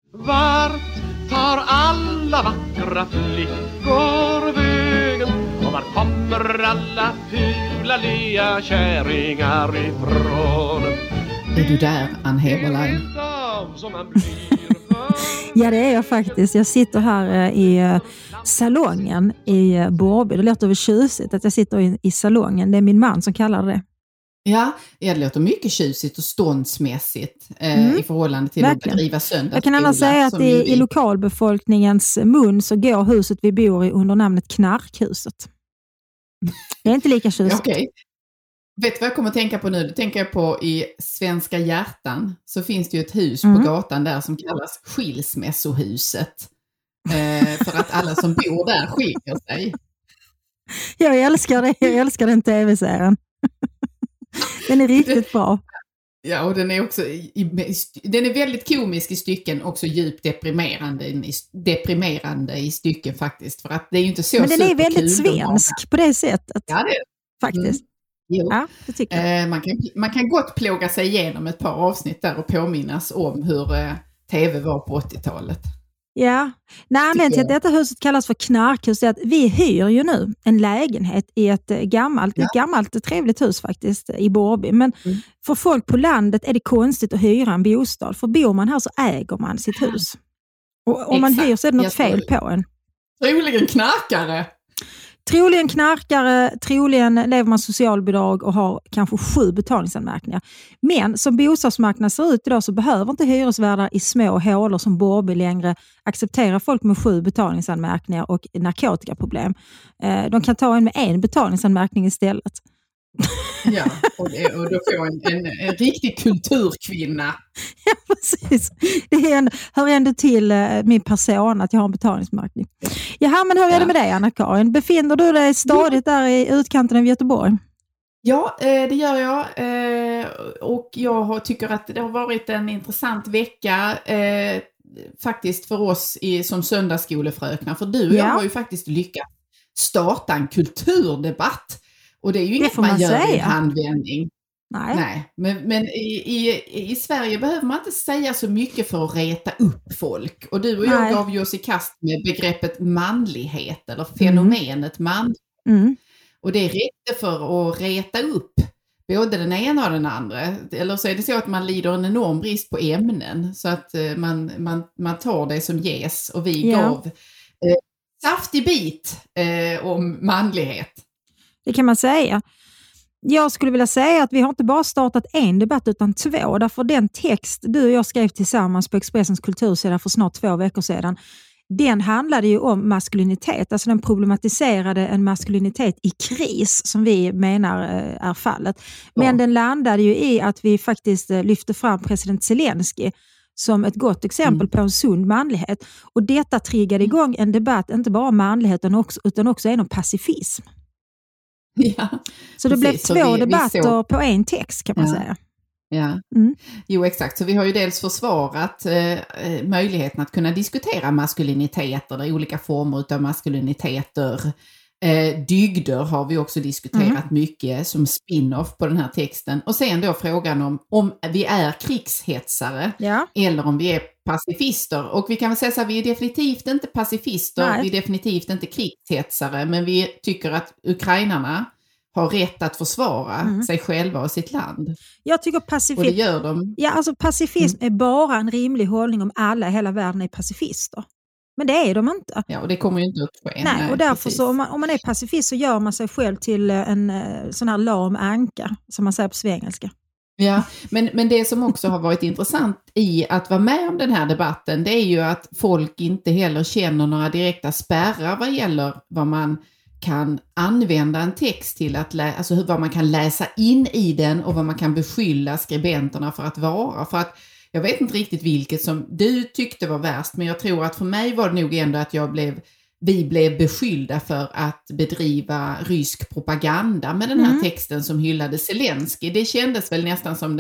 Vart tar alla vackra flickor vägen? Och var kommer alla fula lea kärringar ifrån? Är du där, Ann Heberlein? Ja, det är jag faktiskt. Jag sitter här i salongen i Borby. Det låter väl tjusigt att jag sitter i salongen. Det är min man som kallar det. Ja, det låter mycket tjusigt och ståndsmässigt i förhållande till verkligen. Att bedriva söndagsskola. Jag kan annars säga att i lokalbefolkningens mun så går huset vi bor i under namnet Knarkhuset. Det är inte lika tjusigt. Okej. Vet du vad jag kommer att tänka på nu? Det tänker jag på i Svenska hjärtan. Så finns det ju ett hus på gatan där som kallas Skilsmässohuset. För att alla som bor där skiljer sig. Jag älskar det. Jag älskar den tv-serien. Den är riktigt bra. Ja, och den är också den är väldigt komisk i stycken, också djupt deprimerande i stycken faktiskt, för att det är ju inte så. Men den är väldigt svensk på det sättet. Ja, det är faktiskt. Ja, det tycker jag. Man kan gott plåga sig igenom ett par avsnitt där och påminnas om hur tv var på 80-talet. Ja, anledningen till att detta huset kallas för Knarkhus är att vi hyr ju nu en lägenhet i ett gammalt trevligt hus faktiskt i Borby. Men för folk på landet är det konstigt att hyra en bostad. För bor man här så äger man sitt hus. Och om man hyr så är det något fel på en. Troligen knarkare, troligen lever man socialbidrag och har kanske 7 betalningsanmärkningar. Men som bostadsmarknaden ser ut idag så behöver inte hyresvärdar i små hålor som Borby längre acceptera folk med 7 betalningsanmärkningar och narkotikaproblem. De kan ta en med 1 betalningsanmärkning istället. Ja, och då får en riktig kulturkvinna. Ja, precis. Det hör ändå till min person att jag har en betalningsanmärkning. Jaha, men hur är det med dig, Anna-Karin? Befinner du dig stadigt där i utkanten av Göteborg? Ja, det gör jag. Och jag tycker att det har varit en intressant vecka faktiskt för oss som söndagsskolefröknar. För du och jag har ju faktiskt lyckats starta en kulturdebatt. Och det är ju inget man gör i en handvändning. Nej. Men i Sverige behöver man inte säga så mycket för att reta upp folk. Och du och jag gav ju oss i kast med begreppet manlighet eller fenomenet man. Och det räckte för att reta upp både den ena och den andra. Eller så är det så att man lider en enorm brist på ämnen. Så att man tar det som ges. Och vi gav saftig bit om manlighet. Det kan man säga. Jag skulle vilja säga att vi har inte bara startat en debatt utan 2. Därför den text du och jag skrev tillsammans på Expressens kultursida för snart 2 veckor sedan, den handlade ju om maskulinitet. Alltså den problematiserade en maskulinitet i kris som vi menar är fallet. Men den landade ju i att vi faktiskt lyfte fram president Zelensky som ett gott exempel på en sund manlighet. Och detta triggade igång en debatt inte bara om manlighet utan också en om pacifism. Ja, så det blev 2 debatter på en text kan man säga. Ja. Jo, exakt. Så vi har ju dels försvarat möjligheten att kunna diskutera maskuliniteter eller olika former av maskuliniteter. Dygder har vi också diskuterat mycket som spin-off på den här texten. Och sen då frågan om vi är krigshetsare eller om vi är pacifister. Och vi kan väl säga så här, vi är definitivt inte pacifister, vi är definitivt inte krigshetsare, men vi tycker att ukrainarna har rätt att försvara sig själva och sitt land. Jag tycker pacifism, och det gör de. Ja, alltså pacifism är bara en rimlig hållning om alla i hela världen är pacifister. Men det är de inte. Ja, och det kommer ju inte upp på en. Nej, och därför så om man är pacifist så gör man sig själv till en sån här lam anka, som man säger på svengelska. Ja, men det som också har varit intressant i att vara med om den här debatten, det är ju att folk inte heller känner några direkta spärrar vad gäller vad man kan använda en text till, alltså vad man kan läsa in i den och vad man kan beskylla skribenterna för att vara. För att jag vet inte riktigt vilket som du tyckte var värst, men jag tror att för mig var det nog ändå att vi blev beskyllda för att bedriva rysk propaganda med den här texten som hyllade Zelensky. Det kändes väl nästan som den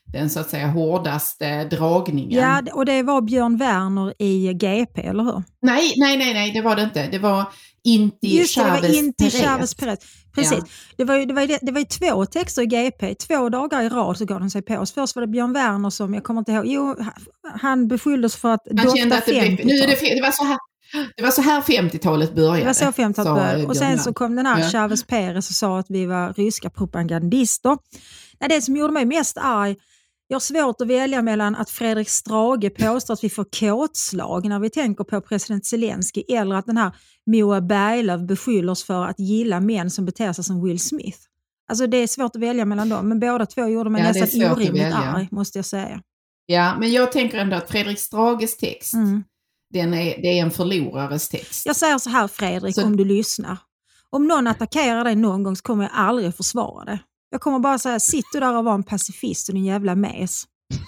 den så att säga hårdaste dragningen. Ja, och det var Björn Werner i GP, eller hur? Nej, det var det inte. Det var Inti Chavez Perez. Precis. Ja. Det var ju 2 texter i GP. 2 dagar i rad så gav de sig på oss. Först var det Björn Werner som, jag kommer inte ihåg, han beskylldes för att han kände att det var så här 50-talet började. Det var så 50-talet började. Och sen så kom den här Chavez Perez och sa att vi var ryska propagandister. Det som gjorde mig mest arg, jag har svårt att välja mellan att Fredrik Strage påstår att vi får kåtslag när vi tänker på president Zelensky, eller att den här Moa Berglöf beskyller oss för att gilla män som beter sig som Will Smith. Alltså det är svårt att välja mellan dem, men båda två gjorde mig nästan orimligt arg, måste jag säga. Ja, men jag tänker ändå att Fredrik Strages text, det är en förlorares text. Jag säger så här, Fredrik, om du lyssnar. Om någon attackerar dig någon gång så kommer jag aldrig att försvara det. Jag kommer bara säga, sitt du där och var en pacifist och din jävla mes.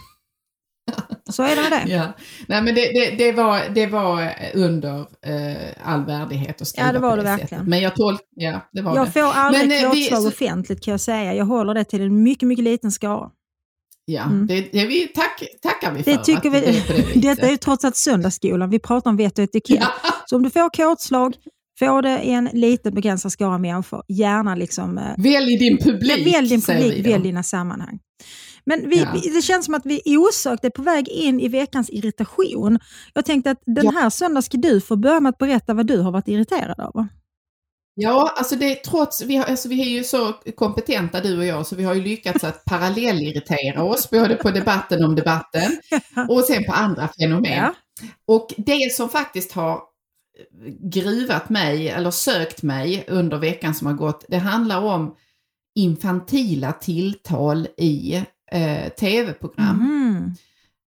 Så är det. Ja. Nej, men det var under all värdighet att skriva. Ja, det var på det verkligen. Sättet. Men jag får aldrig klåtslag offentligt, kan jag säga. Jag håller det till en mycket, mycket liten skara. Ja, det tackar vi för. Det tycker vi. Detta är ju trots allt söndagsskolan. Vi pratar om vett och etikett. Ja. Så om du får kåtslag, får det i en liten begränsad skara människor. Gärna liksom... Välj din publik, välj din publik, välj dina sammanhang. Men det känns som att vi osökt är på väg in i veckans irritation. Jag tänkte att den här söndagen ska du få börja med att berätta vad du har varit irriterad av. Ja, alltså vi är ju så kompetenta du och jag, så vi har ju lyckats att parallellirritera oss både på debatten om debatten och sen på andra fenomen. Ja. Och det som faktiskt har gruvat mig eller sökt mig under veckan som har gått, det handlar om infantila tilltal i tv-program.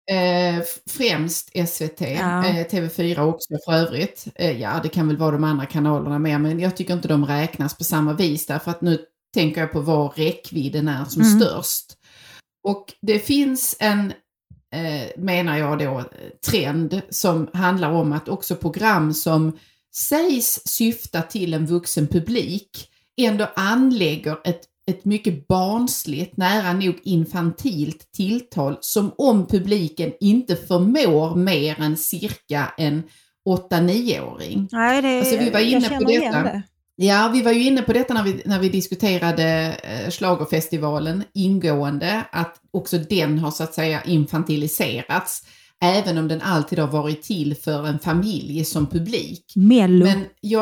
Främst SVT, TV4 också för övrigt. Det kan väl vara de andra kanalerna med, men jag tycker inte de räknas på samma vis, därför att nu tänker jag på var räckvidden är som störst. Och det finns en, menar jag då, trend som handlar om att också program som sägs syfta till en vuxen publik ändå anlägger ett mycket barnsligt, nära nog infantilt tilltal, som om publiken inte förmår mer än cirka en 8-9-åring. Nej, alltså, vi var inne på detta. Ja, vi var ju inne på detta när vi diskuterade Schlagerfestivalen ingående, att också den har så att säga infantiliserats, även om den alltid har varit till för en familj som publik. Mello. Men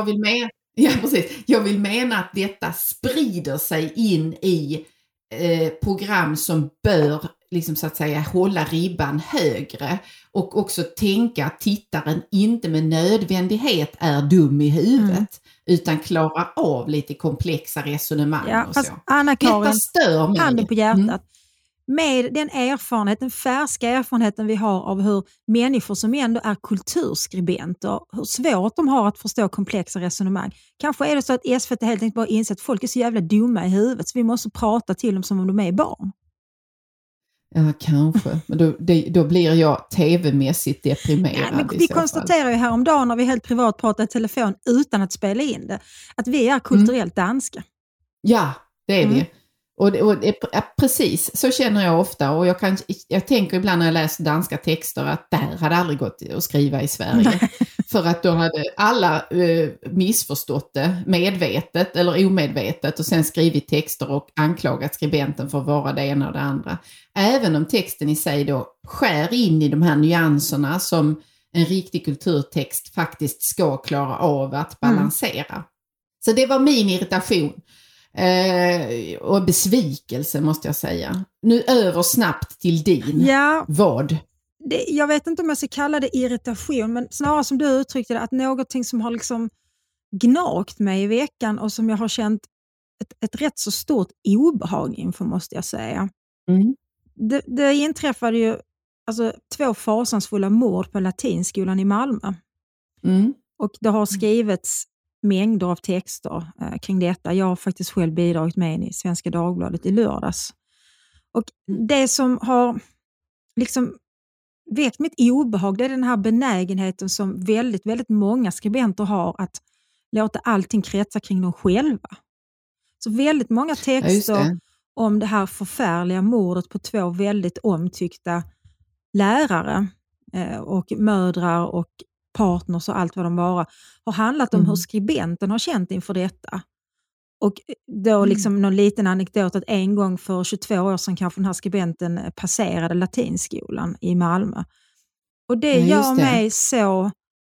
jag vill mena att detta sprider sig in i program som bör liksom så att säga hålla ribban högre, och också tänka att tittaren inte med nödvändighet är dum i huvudet utan klarar av lite komplexa resonemang och så. Anna-Karin, detta stör mig. Handen på hjärtat. Med den färska erfarenheten vi har av hur människor som ändå är kulturskribenter, hur svårt de har att förstå komplexa resonemang. Kanske är det så att SVT helt enkelt bara inser att folk är så jävla dumma i huvudet, så vi måste prata till dem som om de är barn. Ja, kanske. Men då blir jag tv-mässigt deprimerad. Ja, men vi konstaterar ju häromdagen när vi helt privat pratade i telefon utan att spela in det, att vi är kulturellt danska. Ja, det är vi. Och precis, så känner jag ofta, och jag tänker ibland när jag läser danska texter att det här hade aldrig gått att skriva i Sverige. För att då hade alla missförstått det medvetet eller omedvetet och sen skrivit texter och anklagat skribenten för att vara det ena och det andra. Även om texten i sig då skär in i de här nyanserna som en riktig kulturtext faktiskt ska klara av att balansera. Så det var min irritation. Och besvikelse, måste jag säga. Nu över snabbt till din. Ja, vad? Jag vet inte om jag ska kalla det irritation, men snarare som du uttryckte det, att någonting som har liksom gnagt mig i veckan och som jag har känt ett rätt så stort obehag inför, måste jag säga. Det inträffade ju 2 fasansfulla mord på Latinskolan i Malmö. Och det har skrivits mängder av texter kring detta. Jag har faktiskt själv bidragit med i Svenska Dagbladet i lördags. Och det som har liksom väckt mitt obehag, det är den här benägenheten som väldigt, väldigt många skribenter har att låta allting kretsa kring dem själva. Så väldigt många texter om det här förfärliga mordet på 2 väldigt omtyckta lärare och mödrar och partners och allt vad de var, har handlat om hur skribenten har känt inför detta. Och då liksom någon liten anekdot att en gång för 22 år sedan kanske den här skribenten passerade latinskolan i Malmö. Och det gör mig så...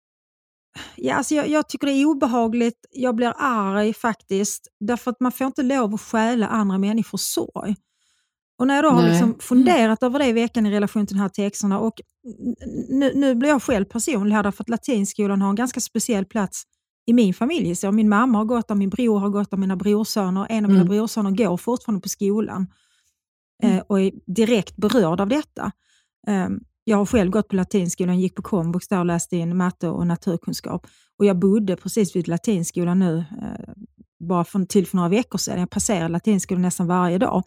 Ja, alltså jag tycker det är obehagligt. Jag blir arg faktiskt. Därför att man får inte lov att stjäla andra människors sorg. Och när jag då har liksom funderat över det i veckan i relation till de här texterna, och nu blir jag själv personlig här, därför att latinskolan har en ganska speciell plats i min familj. Så min mamma har gått där, min bror har gått där, mina brorsöner, en av mina brorsöner går fortfarande på skolan och är direkt berörd av detta. Jag har själv gått på latinskolan, gick på komvux där och läste in matte och naturkunskap. Och jag bodde precis vid latinskolan nu, bara för några veckor sedan. Jag passerar latinskolan nästan varje dag.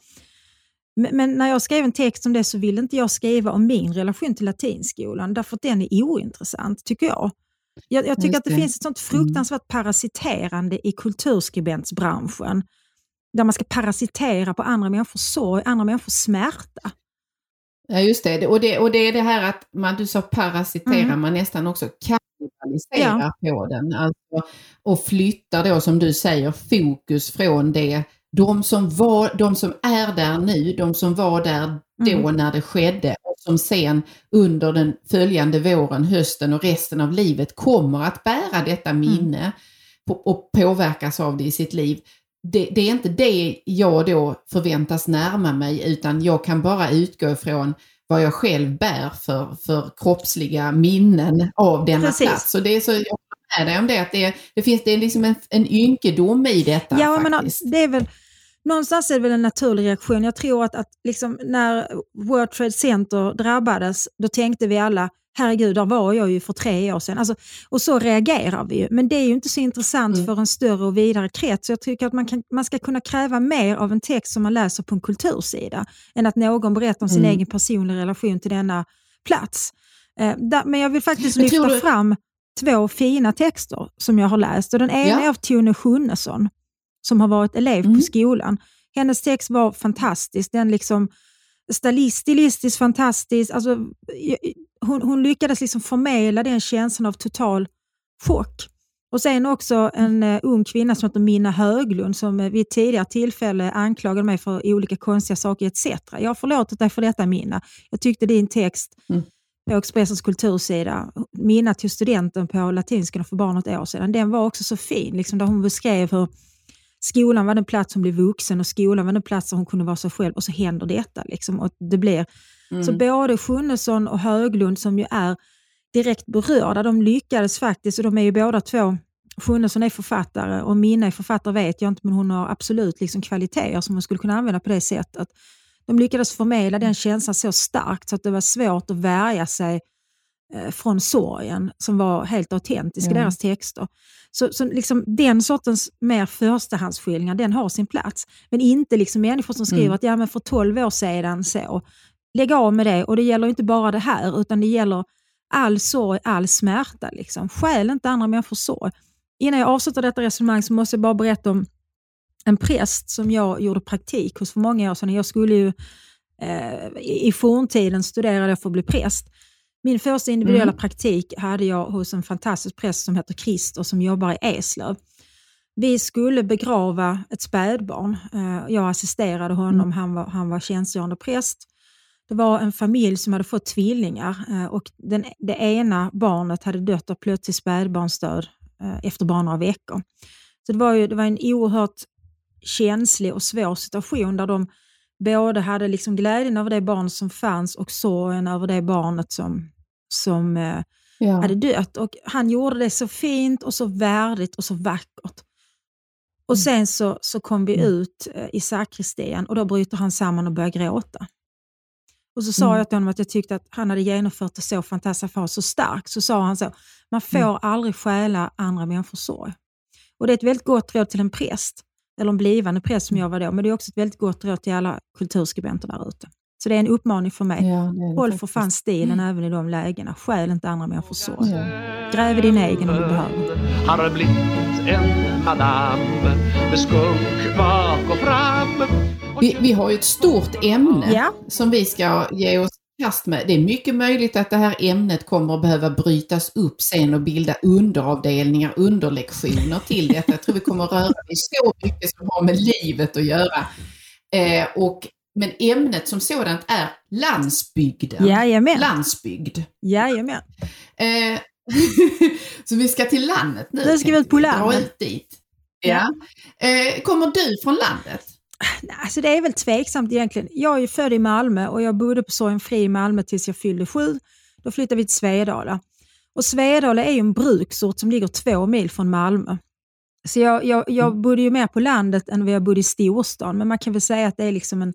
Men när jag skrev en text om det så vill inte jag skriva om min relation till latinskolan, därför att den är ointressant, tycker jag. Jag tycker att det finns ett sånt fruktansvärt parasiterande i kulturskribentsbranschen, där man ska parasitera på andra människors sorg, andra människors smärta. Ja, just det. Och det är det här att du sa parasiterar, man nästan också kannibaliserar på den. Alltså, och flyttar då, som du säger, fokus från det. De som är där nu, de som var där då när det skedde, och som sen under den följande våren, hösten och resten av livet kommer att bära detta minne och påverkas av det i sitt liv. Det är inte det jag då förväntas närma mig, utan jag kan bara utgå ifrån vad jag själv bär för kroppsliga minnen av denna plats. Så det är så, jag är det om det, att det är liksom en ynkedom i detta. Ja, faktiskt. Men det är väl någonstans är det väl en naturlig reaktion. Jag tror att liksom när World Trade Center drabbades, då tänkte vi alla, herregud, där var jag ju för 3 år sedan. Alltså, och så reagerar vi ju. Men det är ju inte så intressant för en större och vidare krets. Så jag tycker att man ska kunna kräva mer av en text som man läser på en kultursida, än att någon berättar om sin egen personliga relation till denna plats. Men jag vill faktiskt lyfta fram 2 fina texter som jag har läst. Och den ena är av Tone Schunnesson, som har varit elev på skolan. Hennes text var fantastisk. Den liksom stilistiskt fantastisk. Alltså, hon lyckades liksom förmedla den känslan av total chock. Och sen också en ung kvinna som heter Minna Höglund, som vid ett tidigare tillfälle anklagade mig för olika konstiga saker etc. Jag har förlåtit dig för detta, Minna. Jag tyckte din text på Expressens kultursida, Minna till studenten på latinskan för bara något år sedan, den var också så fin. Liksom, där hon beskrev hur skolan var den plats som blev vuxen och skolan var den plats som hon kunde vara sig själv, och så händer detta. Liksom, och det blir så både Schunnesson och Höglund, som ju är direkt berörda, de lyckades faktiskt, och de är ju båda 2, Schunnesson är författare och Minna är författare vet jag inte, men hon har absolut liksom kvaliteter som man skulle kunna använda på det sättet. De lyckades förmedla den känslan så starkt så att det var svårt att värja sig från sorgen, som var helt autentisk i deras texter. Så liksom den sortens mer förstahandsskildringar, den har sin plats. Men inte liksom människor som skriver att men för 12 år sedan så. Lägg av med det, och det gäller inte bara det här, utan det gäller all sorg, all smärta. Liksom. Stjäl inte andra människors sorg. Innan jag avslutar detta resonemang så måste jag bara berätta om en präst som jag gjorde praktik hos för många år sedan. Jag skulle ju i forntiden studerade jag för att bli präst. Min första individuella praktik hade jag hos en fantastisk präst som heter Christer, som jobbar i Eslöv. Vi skulle begrava ett spädbarn. Jag assisterade honom, han var tjänstgörande präst. Det var en familj som hade fått tvillingar, och det ena barnet hade dött av plötslig spädbarnsdöd efter bara några veckor. Så det var en oerhört känslig och svår situation, där de både hade liksom glädjen över det barn som fanns och sorgen över det barnet som hade dött. Och han gjorde det så fint och så värdigt och så vackert. Och sen så kom vi ut i sakristian, och då bryter han samman och börjar gråta. Och så sa jag till honom att jag tyckte att han hade genomfört det så fantastiskt, för så starkt. Så sa han så, man får aldrig stjäla andra människors sorg. Och det är ett väldigt gott råd till en präst, eller en blivande präst som jag var då, men det är också ett väldigt gott råd till alla kulturskribenter där ute. Så det är en uppmaning för mig. Håll för fan stilen även i de lägena. Stjäl inte andra människors sorg. Gräv i din egen om du behöver. Har blivit en madame med skunk bak och fram. Vi har ju ett stort ämne som vi ska ge oss kast med. Det är mycket möjligt att det här ämnet kommer att behöva brytas upp sen och bilda underavdelningar, underlektioner till detta. Jag tror vi kommer att röra det så mycket som har med livet att göra. Men ämnet som sådant är landsbygden. Jajamän. Landsbygd. Jajamän. Så vi ska till landet nu. Nu ska vi ut på landet. Dra ut dit. Ja. Kommer du från landet? Alltså det är väl tveksamt egentligen. Jag är ju född i Malmö och jag bodde på Sorgenfri i Malmö tills jag fyllde 7. Då flyttade vi till Svedala. Och Svedala är ju en bruksort som ligger 2 mil från Malmö. Så jag bodde ju mer på landet än vad jag bodde i storstan. Men man kan väl säga att det är liksom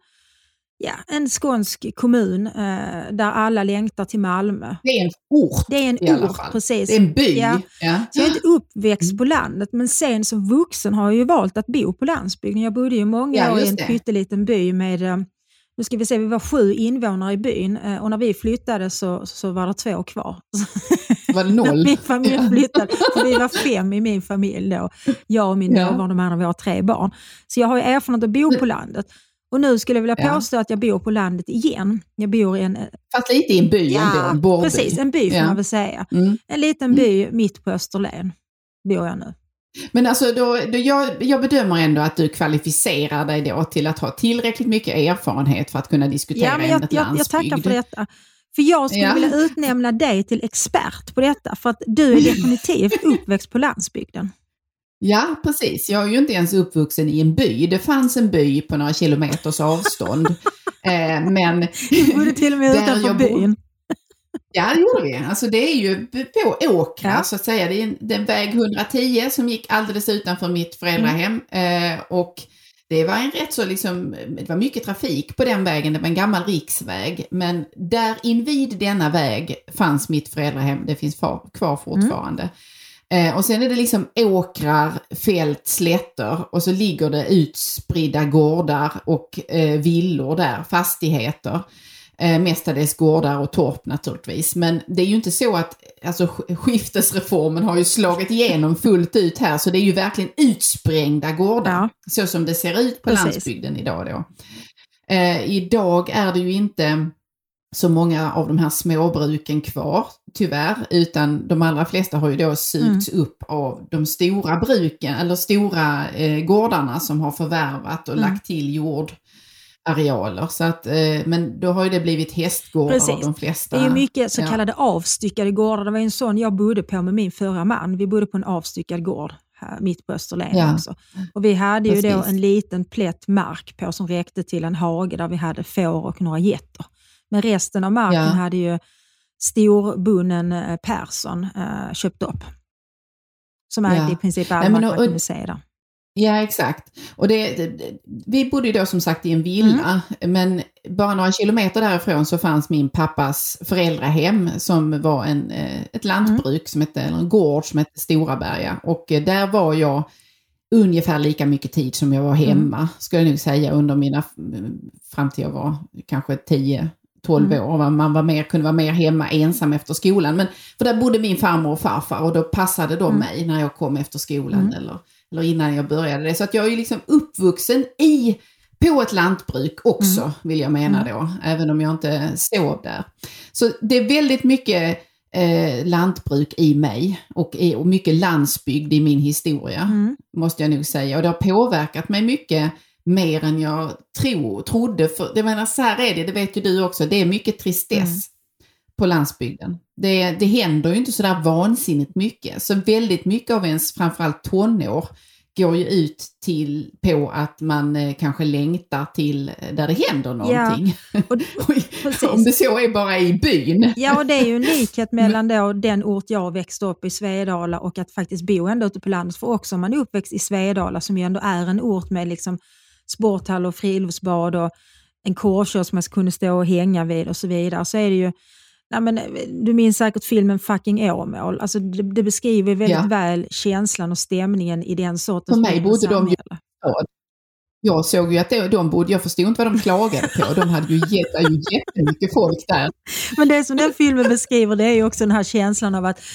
en skånsk kommun där alla längtar till Malmö. Det är en ort. Det är en ort, precis. Det är en by. Ja. Så jag är inte uppväxt på landet, men sen som vuxen har jag ju valt att bo på landsbygden. Jag bodde ju många år i en pytteliten by med, nu ska vi se, vi var 7 invånare i byn och när vi flyttade så var det 2 kvar. Var det 0? Min familj flyttade, så vi var 5 i min familj då. Jag och min dåvar, de andra, vi har 3 barn. Så jag har ju erfarenhet att bo på landet. Och nu skulle jag vilja påstå att jag bor på landet igen. Jag bor i en... Fast lite i en by ändå, en precis, en by får man väl säga. En liten by mitt på Österlen bor jag nu. Men alltså jag bedömer ändå att du kvalificerar dig då till att ha tillräckligt mycket erfarenhet för att kunna diskutera ämnet landsbygd. Jag tackar för detta. För jag skulle vilja utnämna dig till expert på detta. För att du är definitivt uppväxt på landsbygden. Ja, precis. Jag är ju inte ens uppvuxen i en by. Det fanns en by på några kilometers avstånd. Men du bodde till och med utanför byn. Ja, det gjorde vi. Alltså det är ju på åkrar så att säga. Det är den väg 110 som gick alldeles utanför mitt föräldrahem. Och det var en rätt så liksom, det var mycket trafik på den vägen. Det var en gammal riksväg. Men där invid denna väg fanns mitt föräldrahem. Det finns kvar fortfarande. Och sen är det liksom åkrar, fält, slätter och så ligger det utspridda gårdar och villor där, fastigheter. Mestadels gårdar och torp naturligtvis. Men det är ju inte så att alltså, skiftesreformen har ju slagit igenom fullt ut här. Så det är ju verkligen utsprängda gårdar. Så som det ser ut på landsbygden idag då. Idag är det ju inte så många av de här småbruken kvar, tyvärr, utan de allra flesta har ju då sugits upp av de stora bruken eller stora gårdarna som har förvärvat och lagt till jordarealer. Så att, men då har ju det blivit hästgårdar av de flesta. Det är ju mycket så kallade avstyckade gårdar. Det var en sån jag bodde på med min förra man. Vi bodde på en avstyckad gård här mitt på Österlen också. Och vi hade ju då en liten plätt mark på som räckte till en hage där vi hade får och några getter. Men resten av marken hade ju storbunnen Persson köpt upp. Som är i princip all mark man kunde se där. Ja, exakt. Och vi bodde ju då som sagt i en villa. Men bara några kilometer därifrån så fanns min pappas föräldrahem som var ett lantbruk eller en gård som hette Storaberga. Och där var jag ungefär lika mycket tid som jag var hemma. Skulle jag nog säga under mina, fram till jag var kanske 10-12 år. Man kunde vara mer hemma ensam efter skolan. Men, för där bodde min farmor och farfar och då passade de mig när jag kom efter skolan eller innan jag började det. Så att jag är ju liksom uppvuxen på ett lantbruk också, vill jag mena då. Även om jag inte sov där. Så det är väldigt mycket lantbruk i mig och mycket landsbygd i min historia, måste jag nog säga. Och det har påverkat mig mycket mer än jag trodde. För det menar, så här är det vet ju du också. Det är mycket tristess på landsbygden. Det händer ju inte så där vansinnigt mycket. Så väldigt mycket av ens framförallt tonår går ju ut på att man kanske längtar till där det händer någonting. Ja, om det så är bara i byn. Ja, och det är ju en likhet mellan då den ort jag växte upp i Svedala och att faktiskt bo ändå ute på landet. För också om man är uppväxt i Svedala som ju ändå är en ort med liksom sporthall och friluftsbad och en korvkiosk som man ska kunna stå och hänga vid och så vidare, så är det ju, du minns säkert filmen Fucking Åmål. Alltså det beskriver väldigt väl känslan och stämningen i den sortens. För mig bodde de ju. Jag såg ju att jag förstod inte vad de klagade på. De hade ju jättemycket folk där. Men det som den filmen beskriver, det är ju också den här känslan av att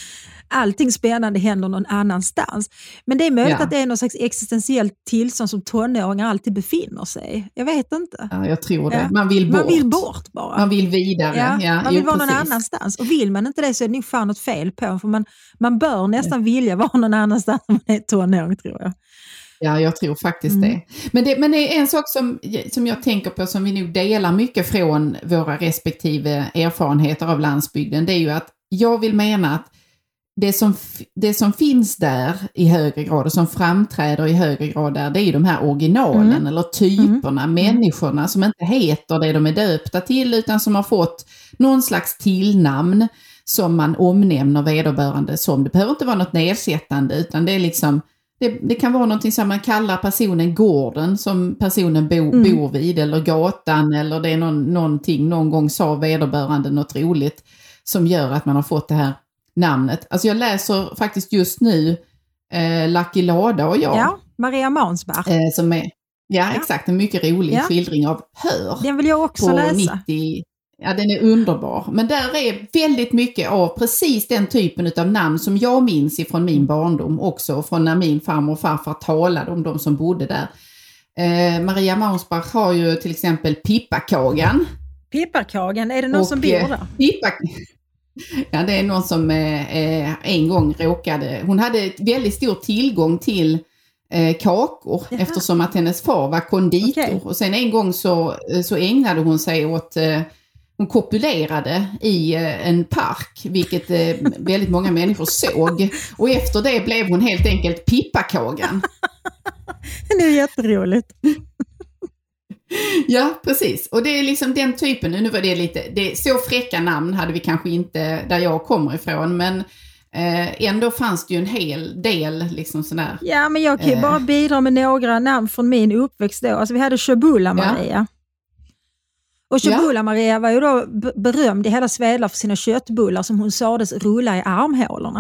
allting spännande händer någon annanstans. Men det är möjligt att det är någon slags existentiellt tillstånd som tonåringar alltid befinner sig i. Jag vet inte. Ja, jag tror det. Man vill bort. Man vill bort bara. Man vill vidare. Man vill vara någon annanstans. Och vill man inte det så är det nog fan något fel på. För man bör nästan vilja vara någon annanstans när man är tonåring, tror jag. Ja, jag tror faktiskt det. Men det är en sak som jag tänker på, som vi nog delar mycket från våra respektive erfarenheter av landsbygden. Det är ju att jag vill mena att det som finns där i högre grad och som framträder i högre grad där, det är ju de här originalen eller typerna, människorna som inte heter det de är döpta till, utan som har fått någon slags tillnamn som man omnämner vederbörande som. Det behöver inte vara något nedsättande, utan det är liksom, det kan vara någonting som man kallar personen gården som personen bor vid, eller gatan, eller det är någonting, någon gång sa vederbörande något roligt som gör att man har fått det här namnet. Alltså jag läser faktiskt just nu Lucky Lada och jag. Ja, Maria Mansbach. Som är, exakt, en mycket rolig skildring av Hör. Den vill jag också läsa. 90, ja, den är underbar. Men där är väldigt mycket av precis den typen av namn som jag minns ifrån min barndom också. Från när min farmor och farfar talade om de som bodde där. Maria Mansbach har ju till exempel Pippakagan. Pipparkagen, är det någon som bor där? Ja, det är någon som en gång råkade... Hon hade väldigt stor tillgång till kakor eftersom att hennes far var konditor. Okay. Och sen en gång så ägnade hon sig åt... Hon kopulerade i en park, vilket väldigt många människor såg. Och efter det blev hon helt enkelt Pippakagan. Det är jätteroligt. Ja, precis. Och det är liksom den typen, nu var det så fräcka namn hade vi kanske inte där jag kommer ifrån, men ändå fanns det ju en hel del liksom sådär. Ja, men jag kan ju bara bidra med några namn från min uppväxt då. Alltså vi hade Sjöbulla Maria. Ja. Och Sjöbulla Maria var ju då berömd i hela Svedala för sina köttbullar som hon sades rulla i armhålorna.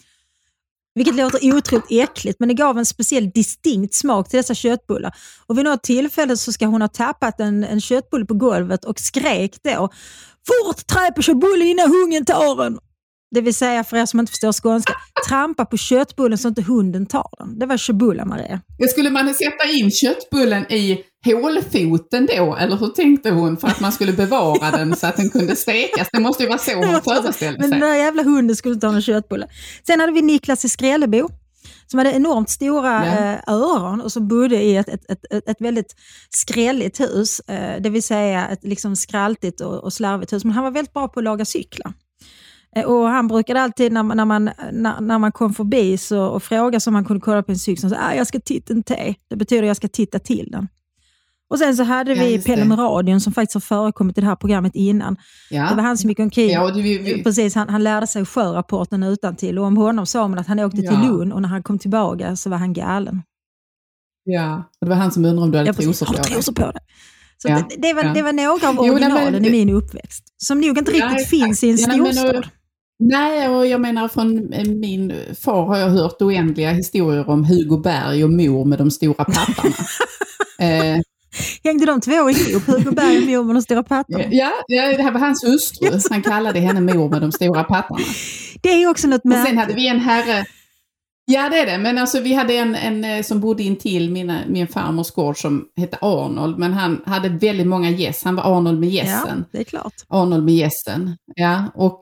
Vilket låter otroligt äckligt, men det gav en speciell distinkt smak till dessa köttbullar. Och vid något tillfälle så ska hon ha tappat en köttbulle på golvet och skrek då: "Fort trä på köttbullen innan hungen tar den!" Det vill säga, för er som inte förstår skånska, trampa på köttbullen så inte hunden tar den. Det var Sjöbulla Maria. Skulle man sätta in köttbullen i hålfoten då? Eller hur tänkte hon för att man skulle bevara den så att den kunde stekas? Det måste ju vara så hon föreställde sig. Men den där jävla hunden skulle inte ha någon köttbulle. Sen hade vi Niklas i Skrälebo som hade enormt stora öron och som bodde i ett väldigt skrälligt hus. Det vill säga ett liksom skraltigt och slarvigt hus. Men han var väldigt bra på att laga cyklar. Och han brukade alltid när man kom förbi och frågade om man kunde kolla på en cykel, så sa jag ska titta en till. Det betyder jag ska titta till den. Och sen så hade vi Pelle med radion som faktiskt har förekommit i det här programmet innan. Ja. Det var han som gick omkring. Ja, precis, han lärde sig sjörapporten utantill. Och om honom sa man att han åkte till Lund och när han kom tillbaka så var han galen. Ja, och det var han som undrade om du hade trosor på det. Så det var några av originalen i min uppväxt. Som nog inte riktigt finns i en storstad. Nej, och jag menar från min far har jag hört oändliga historier om Hugo Berg och mor med de stora pattarna. Hängde de två ihop, Hugo Berg och mor med de stora pattarna? Ja, det här var hans hustru. Han kallade henne mor med de stora pattarna. Det är också något med. Och sen hade vi en herre. Ja, det är det. Men alltså vi hade en som bodde intill min farmors gård som hette Arnold. Men han hade väldigt många gäss. Han var Arnold med gässen. Ja, det är klart. Arnold med gässen. Ja, och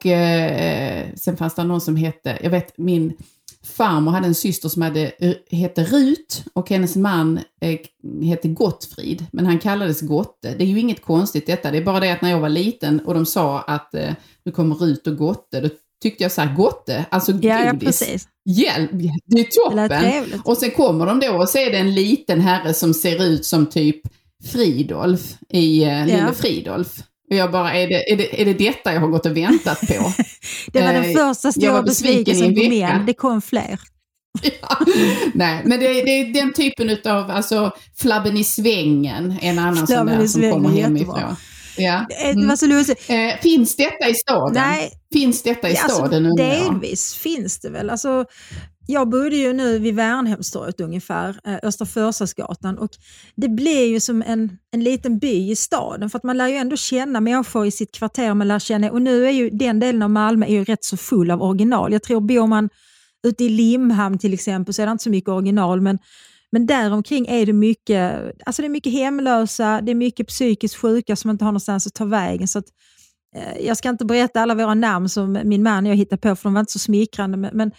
sen fanns det någon som hette, jag vet, min farmor hade en syster som hette Rut. Och hennes man hette Gottfrid. Men han kallades Gotte. Det är ju inget konstigt detta. Det är bara det att när jag var liten och de sa att nu kommer Rut och Gotte, då tyckte jag så här, Gotte, alltså godis. Ja, precis. Hjälp, det är toppen. Och sen kommer de då och så är det en liten herre som ser ut som typ Fridolf i Lille Fridolf. Och jag bara, är det detta jag har gått och väntat på? Det var den första stora besvikelsen på mig. Det kom fler. Ja. Nej, men det är den typen av, alltså Flabben i svängen, en annan sån där som kommer hemifrån. Ja. Det var så lustigt. Finns detta i staden? Nej. Finns detta i staden? Delvis finns det väl. Alltså, jag bodde ju nu vid Värnhemstorget ungefär, Östra Förstadsgatan, och det blir ju som en liten by i staden, för att man lär ju ändå känna människor i sitt kvarter, man lär känna, och nu är ju den delen av Malmö är ju rätt så full av original. Jag tror bor man ute i Limhamn till exempel så är det inte så mycket original, men där omkring är det mycket, alltså det är mycket hemlösa, det är mycket psykiskt sjuka som inte har någonstans att ta vägen, så att jag ska inte berätta alla våra namn som min man och jag hittade på, för de var inte så smickrande, men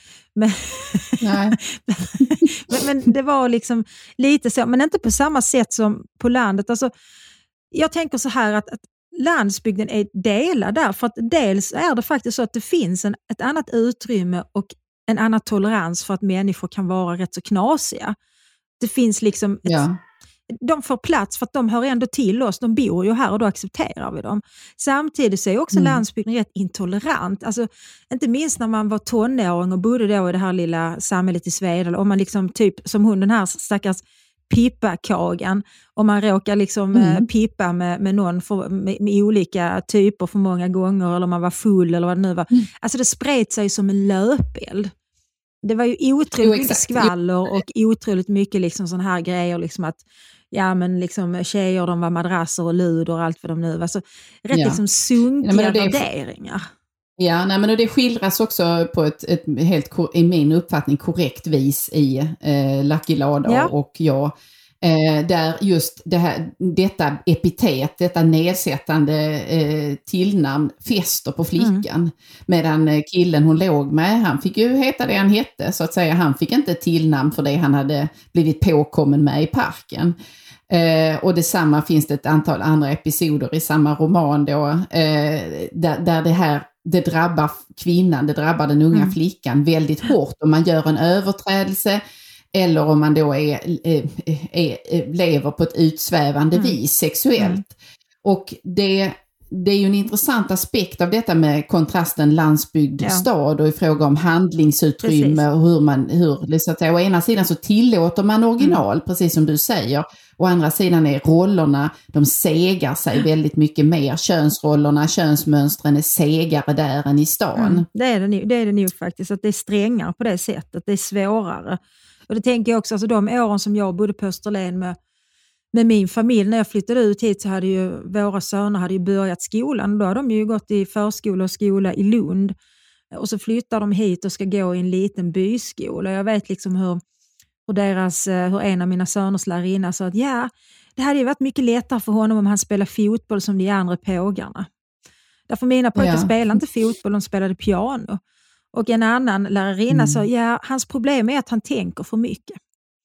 men det var liksom lite så, men inte på samma sätt som på landet. Alltså, jag tänker så här att landsbygden är delad där, för att dels är det faktiskt så att det finns ett annat utrymme och en annan tolerans för att människor kan vara rätt så knasiga. Det finns liksom de får plats för att de hör ändå till oss, de bor ju här och då accepterar vi dem. Samtidigt så är också landsbygden rätt intolerant, alltså inte minst när man var tonåring och bodde då i det här lilla samhället i Svedala, och man liksom typ som hon, den här stackars Pippa-kagan, om man råkar liksom pippa med någon med olika typer för många gånger, eller om man var full eller vad det nu var. Alltså det spred sig som en löpeld. Det var ju otroligt mycket skvaller och otroligt mycket liksom sån här grejer, liksom att men liksom tjejer, de var madrasser och luder och allt vad de nu var. Så rätt liksom sunkiga värderingar. Ja, nej, men det skildras också på ett helt, i min uppfattning, korrekt vis i Lucky Lada och jag. Där just detta epitet, detta nedsättande tillnamn fäster på flickan. Medan killen hon låg med, han fick ju heta det han hette, så att säga. Han fick inte tillnamn för det han hade blivit påkommen med i parken. Och detsamma finns det ett antal andra episoder i samma roman då, där det drabbar kvinnan, det drabbar den unga flickan väldigt hårt om man gör en överträdelse, eller om man då lever på ett utsvävande vis sexuellt. Och det är ju en intressant aspekt av detta med kontrasten landsbygd-stad och i fråga om handlingsutrymme och hur så att säga, å ena sidan så tillåter man original, precis som du säger, å andra sidan är rollerna, de segar sig väldigt mycket mer. Könsrollerna, könsmönstren är segare där än i stan. Det är det nog faktiskt, att det är strängare på det sättet, det är svårare. Och det tänker jag också, alltså de åren som jag bodde på Österlen med min familj, när jag flyttade ut hit så hade ju våra söner hade ju börjat skolan. Då hade de ju gått i förskola och skola i Lund. Och så flyttar de hit och ska gå i en liten byskola. Jag vet liksom hur en av mina söners lärarinna sa att det hade ju varit mycket lättare för honom om han spelar fotboll som de andra pågarna. Därför mina pojkar spelade inte fotboll, de spelade piano. Och en annan lärarinna sa, hans problem är att han tänker för mycket.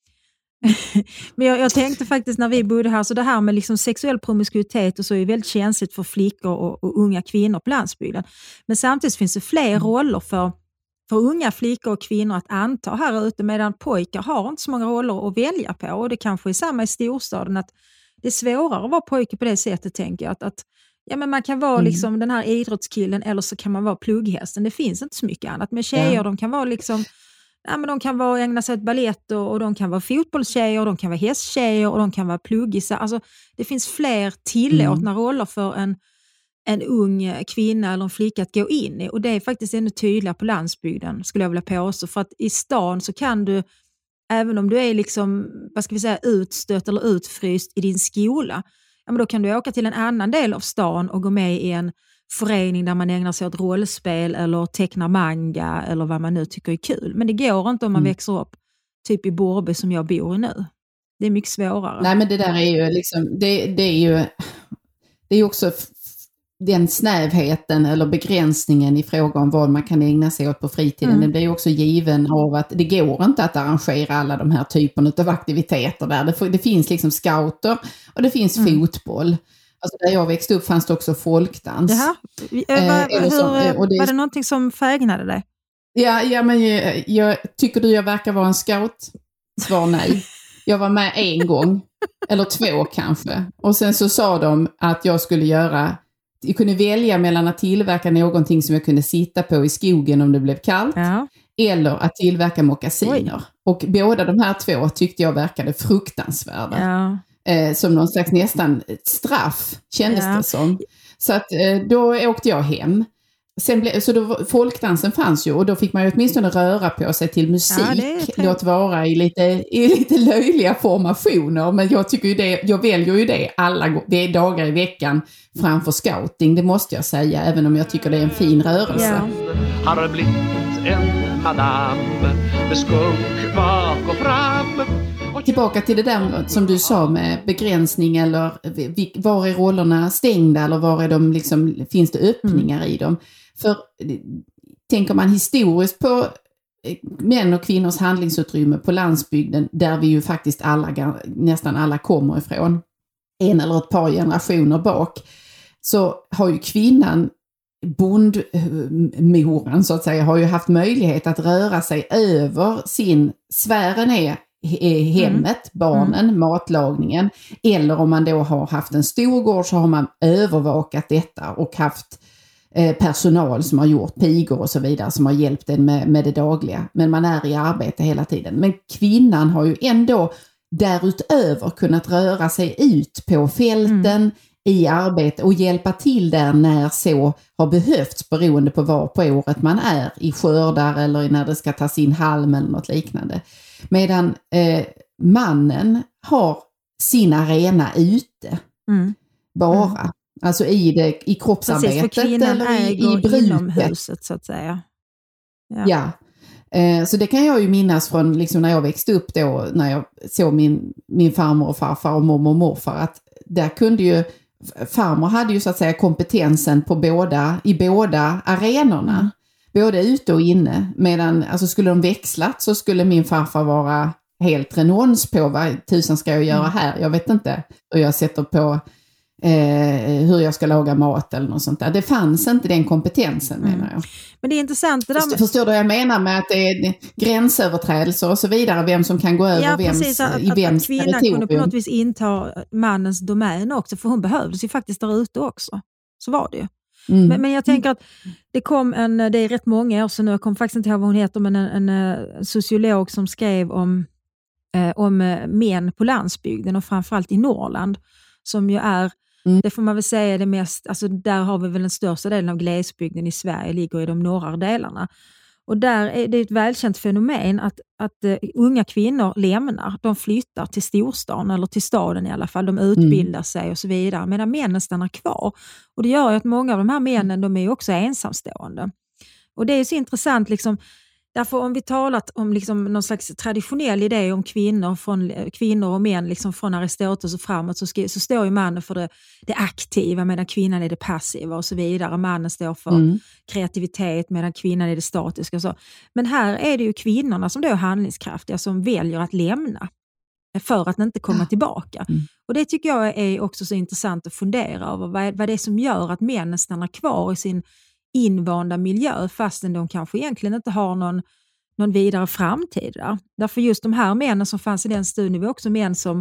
Men jag tänkte faktiskt när vi bodde här, så det här med liksom sexuell promiskuitet och så är väldigt känsligt för flickor och unga kvinnor på landsbygden. Men samtidigt finns det fler roller för unga flickor och kvinnor att anta här ute, medan pojkar har inte så många roller att välja på. Och det kanske är samma i storstaden, att det är svårare att vara pojke på det sättet, tänker jag. Att men man kan vara liksom den här idrottskillen, eller så kan man vara plugghästen. Det finns inte så mycket annat. Men tjejer, de kan vara liksom, men de kan vara ägna sig åt balett, och de kan vara fotbollstjejer, och de kan vara hästtjejer, och de kan vara pluggisar. Alltså det finns fler tillåtna roller för en ung kvinna eller en flicka att gå in i. Och det är faktiskt ännu tydligare på landsbygden, skulle jag vilja påstå. För att i stan så kan du, även om du är liksom, vad ska vi säga, utstött eller utfryst i din skola, men då kan du åka till en annan del av stan och gå med i en förening där man ägnar sig åt rollspel eller tecknar manga eller vad man nu tycker är kul. Men det går inte om man växer upp typ i Borby som jag bor i nu. Det är mycket svårare. Nej, men det där är ju liksom, det är ju också den snävheten eller begränsningen i fråga om vad man kan ägna sig åt på fritiden. Det blir ju också given av att det går inte att arrangera alla de här typerna av aktiviteter där. Det finns liksom scouter och det finns fotboll. Alltså där jag växte upp fanns det också folkdans. Jaha. Var det någonting som fägnade dig? Ja, men jag tycker jag verkar vara en scout. Svar nej. Jag var med en gång, eller 2 kanske. Och sen så sa de att jag kunde välja mellan att tillverka någonting som jag kunde sitta på i skogen om det blev kallt. Ja. Eller att tillverka mockasiner. Och båda de här 2 tyckte jag verkade fruktansvärda. Ja. Som någon slags nästan ett straff kändes det som. Så att då åkte jag hem. folkdansen fanns ju, och då fick man ju åtminstone röra på sig till musik, låt vara i lite löjliga formationer, men jag tycker ju jag väljer ju det alla dagar i veckan framför scouting, det måste jag säga, även om jag tycker det är en fin rörelse. Har blivit en madame med skunk bak och fram. Tillbaka till det där som du sa med begränsning, eller var är rollerna stängda, eller var är de liksom, finns det öppningar i dem? För tänker man historiskt på män och kvinnors handlingsutrymme på landsbygden, där vi ju faktiskt nästan alla kommer ifrån, en eller ett par generationer bak, så har ju kvinnan, bondmoren så att säga, har ju haft möjlighet att röra sig över sin sfären är hemmet, barnen, matlagningen, eller om man då har haft en stor gård så har man övervakat detta och haft personal som har gjort pigor och så vidare som har hjälpt en med det dagliga, men man är i arbete hela tiden. Men kvinnan har ju ändå därutöver kunnat röra sig ut på fälten i arbete och hjälpa till där när så har behövts, beroende på var på året man är, i skördar eller när det ska tas in halm eller något liknande. Medan mannen har sin arena ute bara. Alltså i kroppsarbetet. Precis, för kvinnan eller i bruket. Inom huset så att säga. Ja. Så det kan jag ju minnas från liksom när jag växte upp då, när jag såg min farmor och farfar och mormor och morfar, att där kunde ju farmor hade ju så att säga kompetensen i båda arenorna. Både ute och inne. Medan alltså skulle de växlat så skulle min farfar vara helt renons på vad tusen ska jag göra här. Jag vet inte. Och jag sätter på hur jag ska laga mat eller något sånt där. Det fanns inte den kompetensen menar jag. Men det är intressant det där med... Förstår du vad jag menar med att det är gränsöverträdelser och så vidare, vem som kan gå över precis, i vems kvinnan territorium. Kunde på något vis inta mannens domän också, för hon behövdes ju faktiskt där ute också. Så var det ju. Men jag tänker att det är rätt många år sedan nu, jag kommer faktiskt inte ihåg vad hon heter, men en sociolog som skrev om män på landsbygden och framförallt i Norrland, som ju är, det får man väl säga det mest, alltså där har vi väl den största delen av glesbygden i Sverige, ligger i de norra delarna. Och där är det ett välkänt fenomen att unga kvinnor lämnar, de flyttar till storstan eller till staden i alla fall, de utbildar sig och så vidare, medan männen stannar kvar. Och det gör ju att många av de här männen, de är ju också ensamstående. Och det är så intressant liksom, därför om vi talat om liksom någon slags traditionell idé om kvinnor och män liksom från Aristoteles och framåt, så står ju mannen för det aktiva medan kvinnan är det passiva och så vidare. Mannen står för kreativitet medan kvinnan är det statiska och så. Men här är det ju kvinnorna som då är handlingskraftiga, som väljer att lämna för att inte komma tillbaka. Och det tycker jag är också så intressant att fundera över. Vad det är som gör att männen stannar kvar i sin invanda miljö fastän de kanske egentligen inte har någon vidare framtid där. Därför just de här männen som fanns i den studien var också män som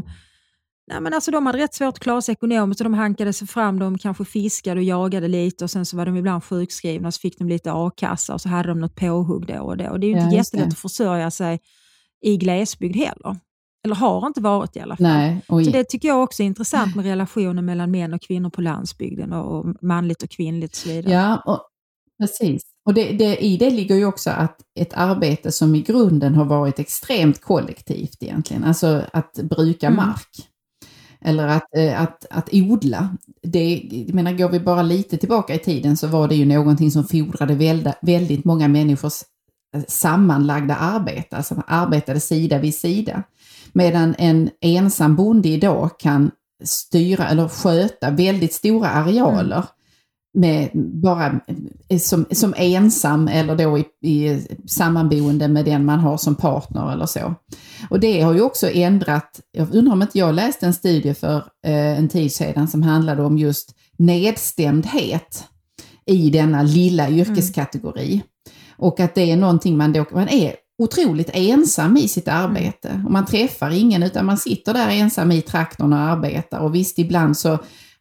de hade rätt svårt att klara sig ekonomiskt, och de hankade sig fram, de kanske fiskade och jagade lite, och sen så var de ibland sjukskrivna, så fick de lite a-kassa och så hade de något påhugg då och då. Och det är ju inte jättelätt att försörja sig i glesbygd heller. Eller har inte varit i alla fall. Nej, så det tycker jag också är intressant med relationen mellan män och kvinnor på landsbygden och manligt och kvinnligt och så vidare. Ja, precis. Och i det ligger ju också att ett arbete som i grunden har varit extremt kollektivt egentligen. Alltså att bruka mark. Eller att odla. Jag menar, går vi bara lite tillbaka i tiden så var det ju någonting som fordrade väldigt många människors sammanlagda arbete. Alltså man arbetade sida vid sida. Medan en ensam bonde idag kan styra eller sköta väldigt stora arealer med bara som ensam, eller då i sammanboende med den man har som partner eller så. Och det har ju också ändrat, jag undrar om inte jag läste en studie för en tid sedan som handlade om just nedstämdhet i denna lilla yrkeskategori. Och att det är någonting man är otroligt ensam i sitt arbete. Och man träffar ingen, utan man sitter där ensam i traktorn och arbetar. Och visst, ibland så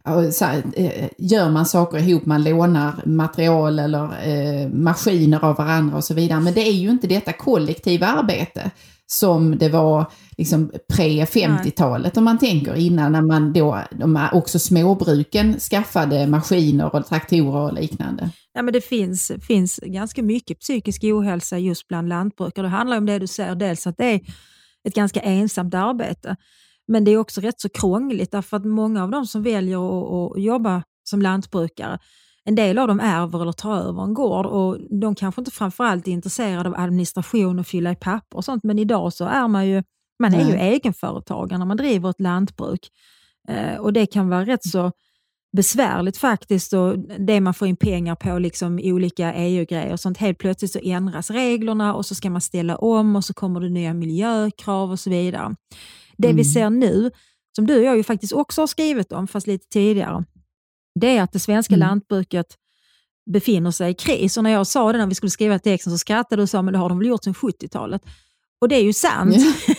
gör man saker ihop, man lånar material eller maskiner av varandra och så vidare. Men det är ju inte detta kollektiva arbete som det var liksom pre-50-talet om man tänker innan, när man då också småbruken skaffade maskiner och traktorer och liknande. Ja, men det finns ganska mycket psykisk ohälsa just bland lantbrukare. Det handlar om det du säger, dels att det är ett ganska ensamt arbete, men det är också rätt så krångligt därför att många av dem som väljer att jobba som lantbrukare, en del av dem ärver eller tar över en gård och de kanske inte framförallt är intresserade av administration och fylla i papper och sånt, men idag så är man är ju egenföretagare när man driver ett lantbruk och det kan vara rätt så besvärligt faktiskt, och det man får in pengar på liksom olika EU-grejer och sånt, helt plötsligt så ändras reglerna och så ska man ställa om och så kommer det nya miljökrav och så vidare. Det vi ser nu, som du och jag ju faktiskt också har skrivit om fast lite tidigare, det är att det svenska lantbruket befinner sig i kris. Och när jag sa det när vi skulle skriva texten så skrattade du och sa, men det har de väl gjort sedan 70-talet. Och det är ju sant.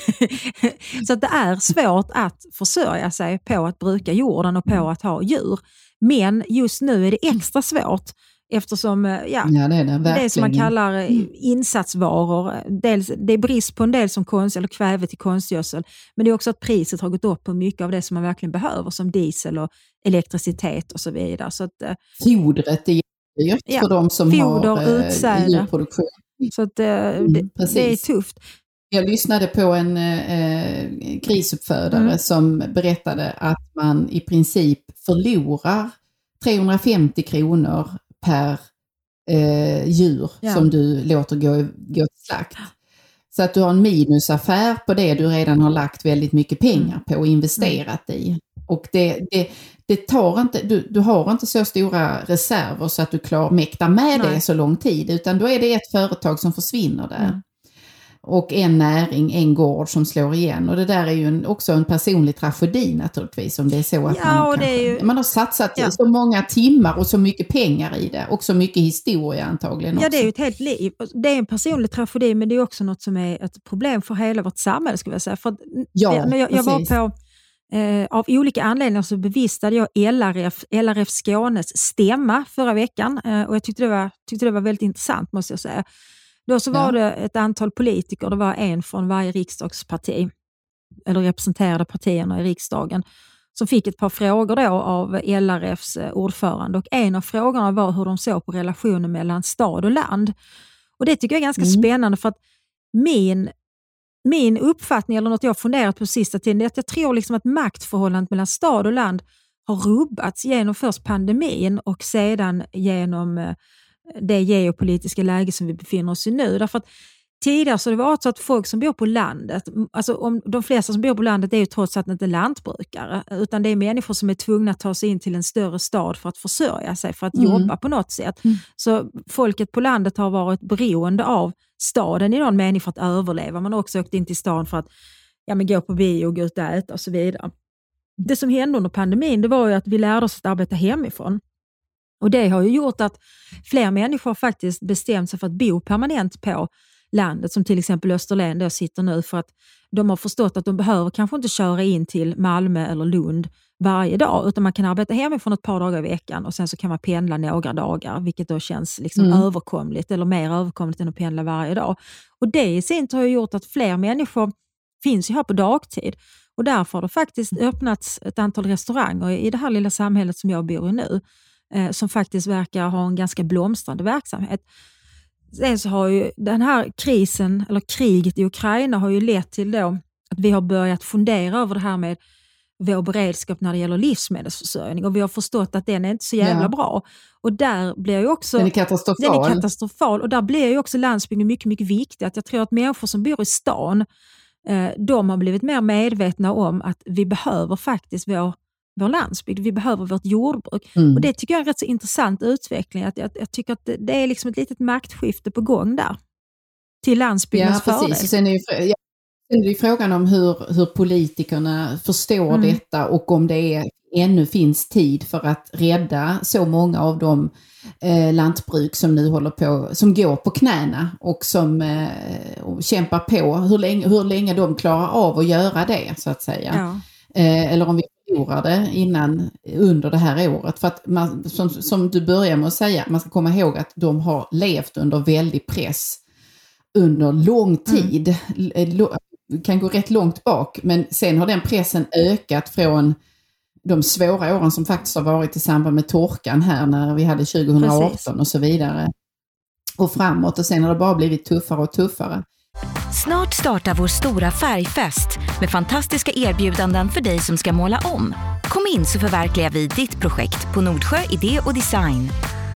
Så att det är svårt att försörja sig på att bruka jorden och på att ha djur. Men just nu är det extra svårt eftersom det som man kallar insatsvaror, dels, det är brist på en del som eller kväve till konstgödsel, men det är också att priset har gått upp på mycket av det som man verkligen behöver, som diesel och elektricitet och så vidare. Så att, fodret är jättedyrt för de som har djurproduktion. Så att, det är tufft. Jag lyssnade på en grisuppfödare som berättade att man i princip förlorar 350 kronor per djur som du låter gå till slakt. Så att du har en minusaffär på det du redan har lagt väldigt mycket pengar på och investerat i. Och det tar inte, du har inte så stora reserver så att du mäktar med det så lång tid, utan då är det ett företag som försvinner där. Och en näring, en gård som slår igen. Och det där är ju också en personlig tragedi naturligtvis, om det är så att man har satsat så många timmar och så mycket pengar i det. Och så mycket historia antagligen också. Ja, det är ju ett helt liv. Det är en personlig tragedi, men det är också något som är ett problem för hela vårt samhälle, skulle jag säga. För jag var på, av olika anledningar så bevistade jag LRF Skånes stämma förra veckan. Och jag tyckte det var väldigt intressant, måste jag säga. Då så var det ett antal politiker, det var en från varje riksdagsparti, eller representerade partierna i riksdagen, som fick ett par frågor då av LRFs ordförande. Och en av frågorna var hur de såg på relationen mellan stad och land. Och det tycker jag är ganska spännande, för att min uppfattning, eller något jag har funderat på sista tiden, är att jag tror liksom att maktförhållandet mellan stad och land har rubbats genom först pandemin och sedan genom det geopolitiska läge som vi befinner oss i nu. Därför att tidigare så har det varit så att folk som bor på landet, alltså de flesta som bor på landet är ju trots allt inte lantbrukare, utan det är människor som är tvungna att ta sig in till en större stad för att försörja sig, för att jobba på något sätt. Så folket på landet har varit beroende av staden i någon mening för att överleva. Man har också åkt in till stan för att gå på bio och gå ut och äta och så vidare. Det som hände under pandemin, det var ju att vi lärde oss att arbeta hemifrån. Och det har ju gjort att fler människor faktiskt bestämt sig för att bo permanent på landet, som till exempel Österlen där jag sitter nu, för att de har förstått att de behöver kanske inte köra in till Malmö eller Lund varje dag, utan man kan arbeta hemifrån ett par dagar i veckan och sen så kan man pendla några dagar, vilket då känns liksom överkomligt, eller mer överkomligt än att pendla varje dag. Och det i sin tur har gjort att fler människor finns ju här på dagtid, och därför har det faktiskt öppnats ett antal restauranger i det här lilla samhället som jag bor i nu, som faktiskt verkar ha en ganska blomstrande verksamhet. Sen så har ju den här krisen, eller kriget i Ukraina, har ju lett till då att vi har börjat fundera över det här med vår beredskap när det gäller livsmedelsförsörjning, och vi har förstått att den är inte så jävla bra. Och där blir ju också den är katastrofal, och där blir ju också landsbygden mycket, mycket viktig. Att jag tror att människor som bor i stan, de har blivit mer medvetna om att vi behöver faktiskt vår landsbygd, vi behöver vårt jordbruk. Och det tycker jag är en rätt så intressant utveckling. Att jag tycker att det är liksom ett litet maktskifte på gång där till landsbygdens fördel. Precis. Sen är det frågan om hur politikerna förstår detta, och om det ännu finns tid för att rädda så många av de lantbruk som nu som går på knäna och som kämpar på, hur länge de klarar av att göra det, så att säga. Eller om vi förlorar det under det här året. För att som du börjar med att säga, man ska komma ihåg att de har levt under väldig press under lång tid. Kan gå rätt långt bak, men sen har den pressen ökat från de svåra åren som faktiskt har varit i samband med torkan här när vi hade 2018 Precis. Och så vidare. Och framåt, och sen har det bara blivit tuffare och tuffare. Snart startar vår stora färgfest med fantastiska erbjudanden för dig som ska måla om. Kom in så förverkligar vi ditt projekt på Nordsjö Idé och Design.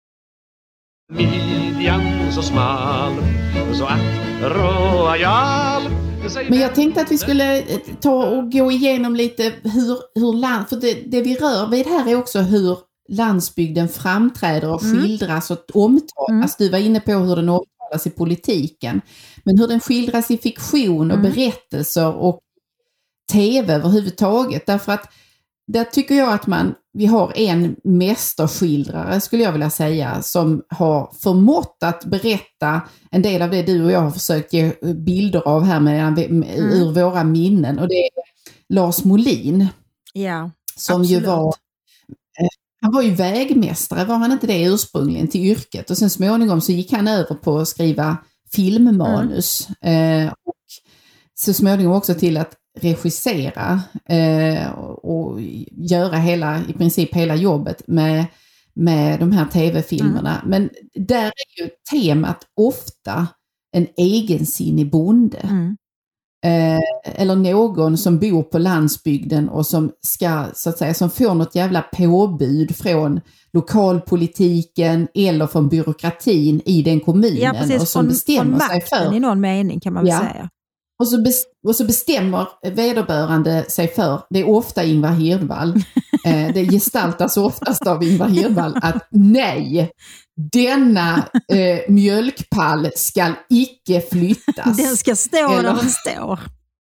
Midjan så smal, så att royal. Men jag tänkte att vi skulle ta och gå igenom lite hur för det vi rör vid här är också hur landsbygden framträder och skildras och omtalas. Du var inne på hur den omtalas i politiken, men hur den skildras i fiktion och berättelser och tv överhuvudtaget. Därför att där tycker jag att vi har en mästerskildrare, skulle jag vilja säga, som har förmått att berätta en del av det du och jag har försökt ge bilder av här ur våra minnen. Och det är Lars Molin. Ja, som absolut. Ju var... Han var ju vägmästare, var han inte det ursprungligen till yrket? Och sen småningom så gick han över på att skriva filmmanus. Och så småningom också till att regissera och göra i princip hela jobbet med de här tv-filmerna. Men där är ju temat ofta en egensinnig bonde. Eller någon som bor på landsbygden och som ska, så att säga, som får något jävla påbud från lokalpolitiken eller från byråkratin i den kommunen. Ja, precis, och som bestämmer sig för i någon mening kan man väl säga. Och så bestämmer vederbörande sig för, det är ofta Ingvar Hirdwall, det gestaltas oftast av Ingvar Hirdwall, att nej, denna mjölkpall ska icke flyttas. Den ska stå där den står.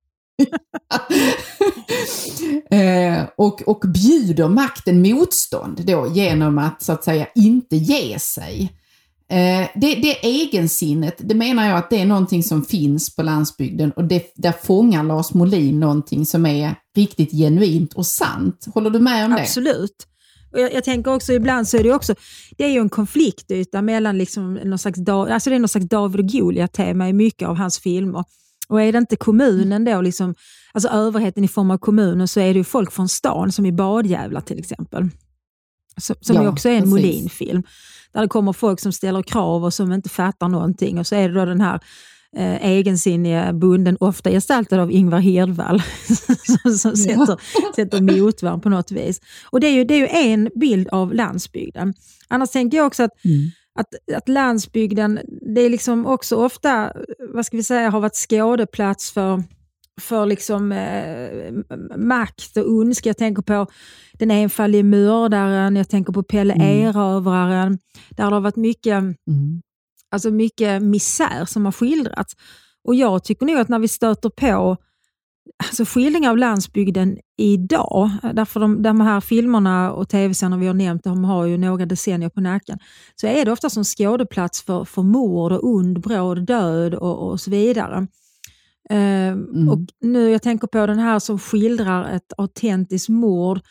Och bjuder makten motstånd då genom att, så att säga, inte ge sig. Det egensinnet, det menar jag att det är någonting som finns på landsbygden, och där fångar Lars Molin någonting som är riktigt genuint och sant. Håller du med om det? Absolut. Och jag tänker också, ibland så är det också, det är ju en konfliktyta mellan liksom någon slags David och Goliat-tema i mycket av hans filmer. Och är det inte kommunen då, liksom, alltså överheten i form av kommunen, så är det ju folk från stan som i Badjävlar till exempel. Som ju också är en Molin-film. Där det kommer folk som ställer krav och som inte fattar någonting. Och så är det då den här egensinniga bonden, ofta gestaltad av Ingvar Hirdwall, som sätter motvärn på något vis. Och det är ju en bild av landsbygden. Annars tänker jag också att landsbygden, det är liksom också ofta, vad ska vi säga, har varit skådeplats för liksom makt och ondska. Jag tänker på Den enfaldige mördaren, jag tänker på Pelle Erövraren, där det har varit mycket misär som har skildrats. Och jag tycker nog att när vi stöter på skildringar av landsbygden idag, därför de här filmerna och tv-serier vi har nämnt, de har ju några decennier på nacken, så är det ofta som skådeplats för mord och ond, bråd, död och så vidare. Och nu jag tänker på den här som skildrar ett autentiskt mord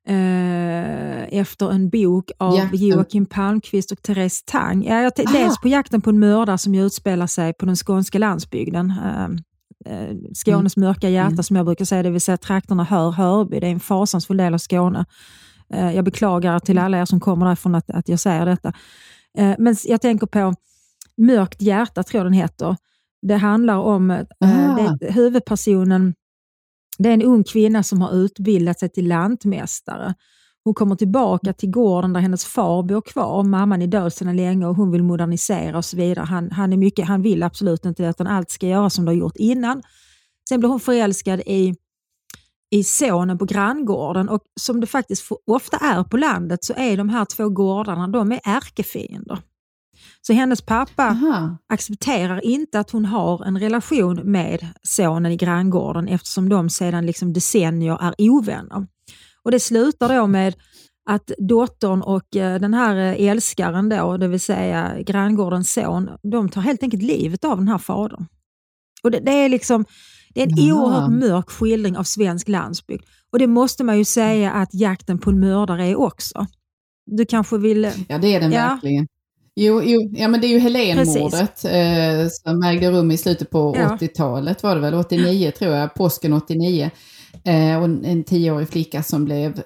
efter en bok av Joakim Palmqvist och Therese Tang. Dels på Jakten på en mördare som utspelar sig på den skånska landsbygden. Skånes mörka hjärta som jag brukar säga, det vill säga trakterna Hörby. Det är en fasansfull del av Skåne. Jag beklagar till alla er som kommer därifrån att jag säger detta. Men jag tänker på Mörkt hjärta, tror jag den heter. Det handlar om huvudpersonen. Det är en ung kvinna som har utbildat sig till lantmästare. Hon kommer tillbaka till gården där hennes far bor kvar. Mamman är död sedan länge och hon vill modernisera och så vidare. Han vill absolut inte det, utan allt ska göras som det har gjort innan. Sen blir hon förälskad i sonen på granngården, och som det faktiskt ofta är på landet så är de här två gårdarna, de är ärkefiender. Så hennes pappa accepterar inte att hon har en relation med sonen i granngården, eftersom de sedan liksom decennier är ovänner. Och det slutar då med att dottern och den här älskaren då, det vill säga granngårdens son, de tar helt enkelt livet av den här fadern. Och det är liksom, det är en oerhört mörk skildring av svensk landsbygd. Och det måste man ju säga att Jakten på en mördare är också. Du kanske vill... Ja, det är den verkligen. Ja, men det är ju Helénmordet som ägde rum i slutet på 80-talet, var det väl, 89 tror jag, påsken 89. Och en 10-årig flicka som blev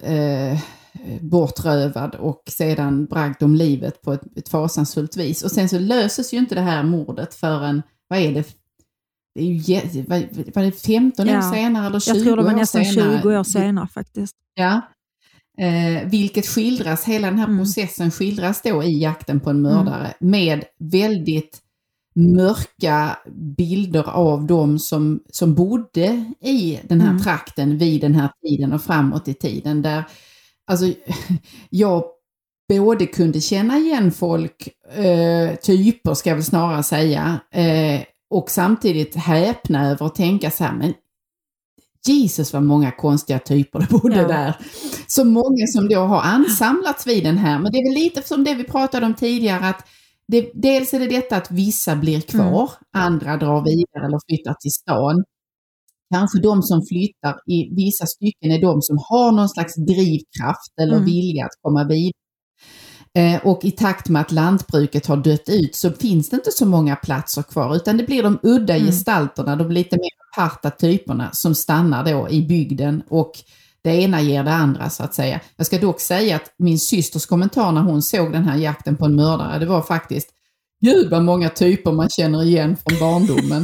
bortrövad och sedan bragd om livet på ett fasansfullt vis. Och sen så löses ju inte det här mordet förrän, vad är det? Det är ju, var det 15 år senare eller 20 år senare? Jag tror det var nästan 20 år senare faktiskt. Ja. Vilket skildras, hela den här processen skildras då i Jakten på en mördare med väldigt mörka bilder av de som bodde i den här trakten vid den här tiden och framåt i tiden, där alltså jag både kunde känna igen folk, typer ska jag väl snarare säga, och samtidigt häpna över att tänka så här, men Jesus vad många konstiga typer det bodde där. Så många som då har ansamlats vid den här. Men det är väl lite som det vi pratade om tidigare, att dels är det detta att vissa blir kvar, andra drar vidare eller flyttar till stan. Kanske de som flyttar i vissa stycken är de som har någon slags drivkraft eller vilja att komma vidare. Och i takt med att lantbruket har dött ut så finns det inte så många platser kvar, utan det blir de udda gestalterna, de lite mer aparta typerna som stannar då i bygden, och det ena ger det andra så att säga. Jag ska dock säga att min systers kommentar när hon såg den här Jakten på en mördare, det var faktiskt, gud vad många typer man känner igen från barndomen.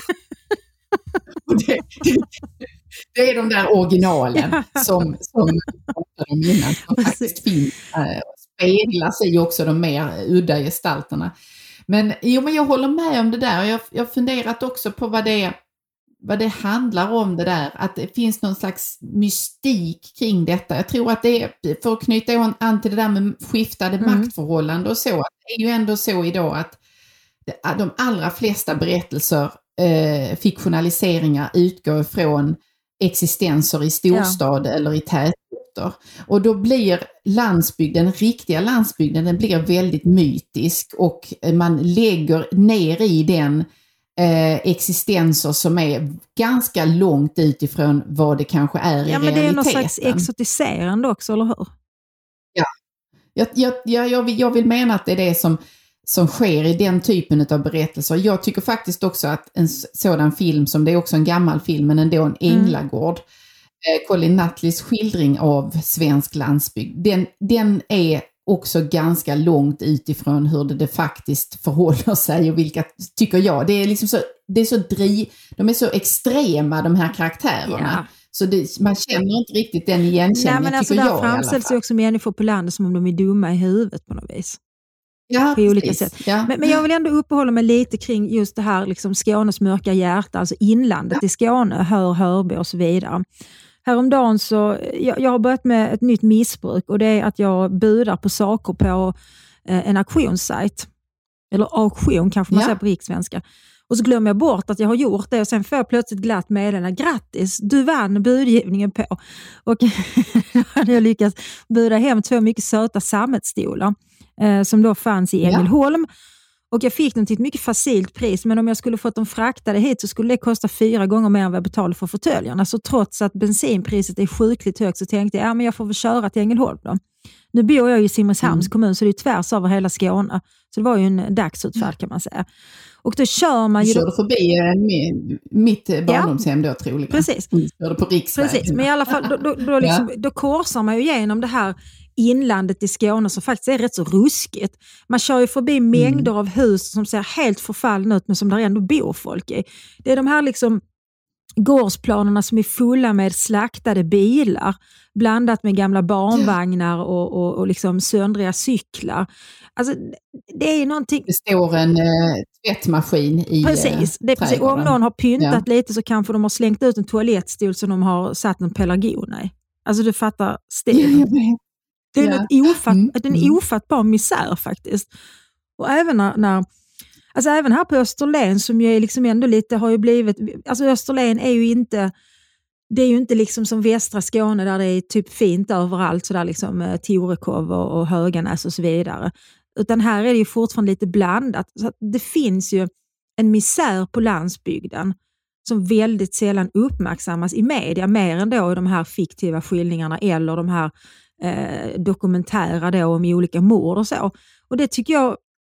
Och det är de där originalen som pratade innan, som faktiskt finns, speglar sig också de mer udda gestalterna. Men jag håller med om det där. Jag har funderat också på vad det handlar om det där. Att det finns någon slags mystik kring detta. Jag tror att det är, för att knyta an till det där med skiftade maktförhållanden och så. Det är ju ändå så idag att de allra flesta berättelser, fiktionaliseringar, utgår ifrån existenser i storstad eller i tätorter. Och då blir landsbygden, riktiga landsbygden, den blir väldigt mytisk, och man lägger ner i den existenser som är ganska långt utifrån vad det kanske är i realiteten. Ja, men det är någon slags exotiserande också, eller hur? Ja, jag vill mena att det är det som sker i den typen av berättelser. Jag tycker faktiskt också att en sådan film, som det är också en gammal film, men ändå en Änglagård, Colin Nutleys skildring av svensk landsbygd, den är också ganska långt utifrån hur det faktiskt förhåller sig, och vilka, tycker jag, det är liksom så, de är så extrema, de här karaktärerna. Så man känner inte riktigt den igenkänningen. Nej, men alltså där framställs ju också människor på landet som om de är dumma i huvudet på något vis. Ja, på olika sätt. Ja. Men jag vill ändå uppehålla mig lite kring just det här liksom Skånes mörka hjärta, alltså inlandet i Skåne, Hörby och så vidare. Häromdagen så, jag har börjat med ett nytt missbruk, och det är att jag budar på saker på en auktionssajt. Eller auktion kanske man säger på riksvenska. Och så glömmer jag bort att jag har gjort det, och sen får jag plötsligt glatt meddelande: grattis, du vann budgivningen på. Och jag hade lyckats buda hem 2 mycket söta sammetsstolar som då fanns i Ängelholm. Och jag fick dem till ett mycket facilt pris, men om jag skulle fått dem fraktade hit så skulle det kosta 4 gånger mer än vad jag betalade för fåtöljerna. Så trots att bensinpriset är sjukligt högt så tänkte jag, men jag får väl köra till Ängelholm då. Nu bor jag i Simrishamns kommun, så det är tvärs över hela Skåne. Så det var ju en dagsutfärd kan man säga. Och då kör man ju... Du körde förbi mitt barndomshem då troligen. Precis. Du körde på riksvägen. Precis, men i alla fall då korsar man ju igenom det här inlandet i Skåne som faktiskt är rätt så ruskigt. Man kör ju förbi mängder av hus som ser helt förfallna ut, men som där ändå bor folk i. Det är de här liksom gårdsplanerna som är fulla med slaktade bilar blandat med gamla barnvagnar och liksom söndriga cyklar. Alltså det är någonting... Det står en tvättmaskin i precis. Och om någon har pyntat lite så kanske de har slängt ut en toalettstol som de har satt en pelargon i. Alltså du fattar stilen. Det är en ofattbar misär faktiskt. Och även alltså även här på Österlen, som ju är liksom ändå lite, har ju blivit, alltså Österlen är ju inte, det är ju inte liksom som västra Skåne där det är typ fint överallt, så där liksom Torekov och Höganäs och så vidare. Utan här är det ju fortfarande lite blandat. Så att det finns ju en misär på landsbygden som väldigt sällan uppmärksammas i media, mer än då i de här fiktiva skildringarna eller de här dokumentära då om olika mord och så. Och det tycker jag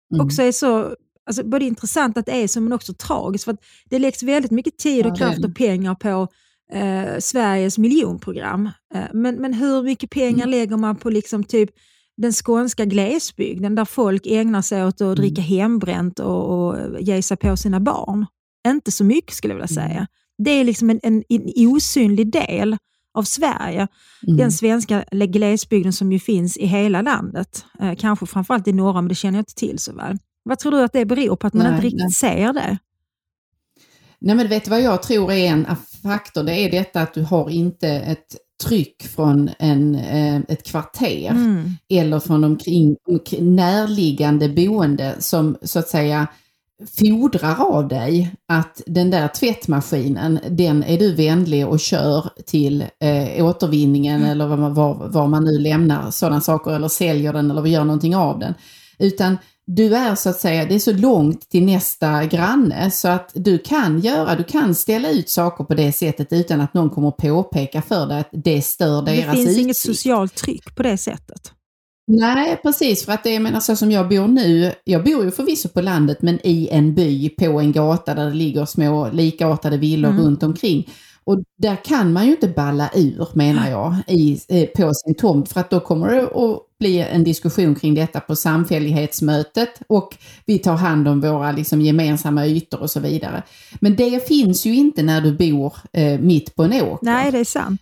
också är så både intressant att det är så, men också tragiskt. För att det läggs väldigt mycket tid och kraft och pengar på Sveriges miljonprogram. Men hur mycket pengar lägger man på liksom typ den skånska glesbygden där folk ägnar sig åt att dricka hembränt och ge sig på sina barn? Inte så mycket skulle jag vilja säga. Det är liksom en osynlig del av Sverige. Den svenska glesbygden som ju finns i hela landet. Kanske framförallt i norra, men det känner jag inte till så väl. Vad tror du att det beror på att man inte riktigt ser det? Nej, men vet du vad jag tror är en faktor? Det är detta att du har inte ett tryck från ett kvarter eller från omkring närliggande boende som så att säga fordrar av dig att den där tvättmaskinen, den är du vänlig och kör till återvinningen eller var man nu lämnar sådana saker eller säljer den eller gör någonting av den. Utan du är så att säga, det är så långt till nästa granne så att du kan ställa ut saker på det sättet utan att någon kommer att påpeka för dig att det stör deras utsikt. Det finns inget socialt tryck på det sättet. Nej, precis, för att det är så som jag bor nu, jag bor ju förvisso på landet men i en by på en gata där det ligger små likartade villor runt omkring. Och där kan man ju inte balla ur, menar jag, på sin tomt, för att då kommer det att bli en diskussion kring detta på samfällighetsmötet och vi tar hand om våra liksom gemensamma ytor och så vidare. Men det finns ju inte när du bor mitt på en åker. Nej, det är sant.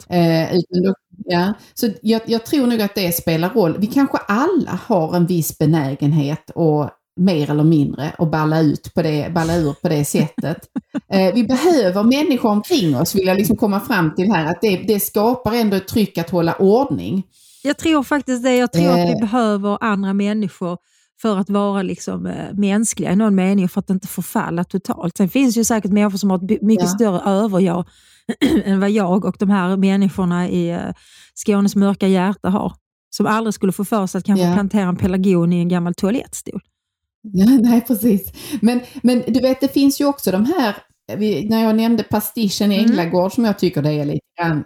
Så jag tror nog att det spelar roll. Vi kanske alla har en viss benägenhet och mer eller mindre och balla ur på det sättet. Vi behöver människor omkring oss, vill jag liksom komma fram till här, att det skapar ändå ett tryck att hålla ordning. Jag tror faktiskt det. Jag tror att vi behöver andra människor för att vara liksom mänskliga i någon mening, för att inte förfalla totalt. Sen finns ju säkert människor som har ett mycket större överjag än vad jag och de här människorna i Skånes mörka hjärta har. Som aldrig skulle få för sig att kanske plantera en pelargon i en gammal toalettstol. Nej, precis. Men du vet, det finns ju också de här, när jag nämnde pastischen i Änglagård som jag tycker det är lite grann.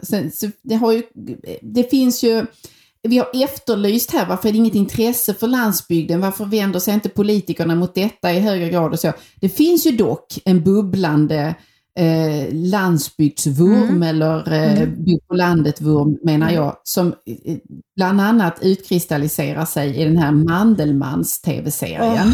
Det finns ju, vi har efterlyst här, varför är det inget intresse för landsbygden? Varför vänder sig inte politikerna mot detta i högre grad och så? Det finns ju dock en bubblande landsbygdsvurm eller bo på landet-vurm, menar jag, som bland annat utkristalliserar sig i den här Mandelmans tv-serien.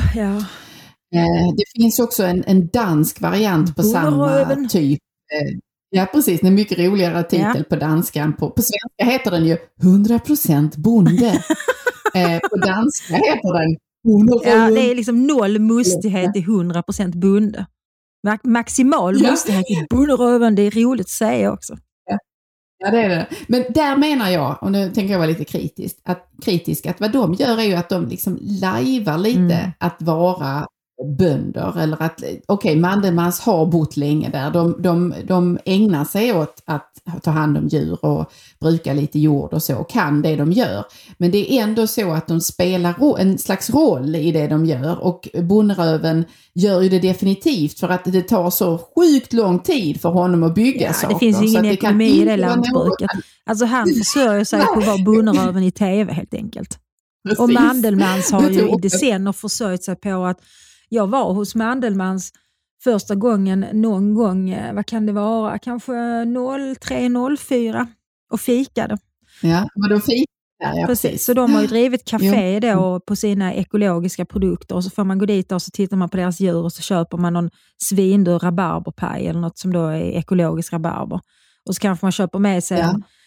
Det finns också en dansk variant på samma typ. Ja, precis. En mycket roligare titel på danskan. På svenska heter den ju 100% bonde. På danska heter den Ja, det är liksom noll mustighet i 100% bonde. Maximal mustighet i bonderöven, det är roligt att säga också. Ja, det är det. Men där menar jag, och nu tänker jag vara lite kritisk, att vad de gör är ju att de liksom lajvar lite att vara bönder, eller att Mandelmans har bott länge där. De ägnar sig åt att ta hand om djur och bruka lite jord och så, och kan det de gör. Men det är ändå så att de spelar en slags roll i det de gör, och bonderöven gör ju det definitivt för att det tar så sjukt lång tid för honom att bygga saker. Det finns ingen ekonomi i det lantbruket. Alltså han försörjer sig på att vara bonderöven i tv helt enkelt. Precis. Och Mandelmans har ju i decennier försörjt sig på att jag var hos Mandelmans första gången någon gång, vad kan det vara, kanske 03-04 och fikade. Ja, men då fikade. Ja, precis, så de har ju drivit café då på sina ekologiska produkter, och så får man gå dit och så tittar man på deras djur och så köper man någon svindur rabarberpaj eller något som då är ekologisk rabarber. Och så kanske man köper med sig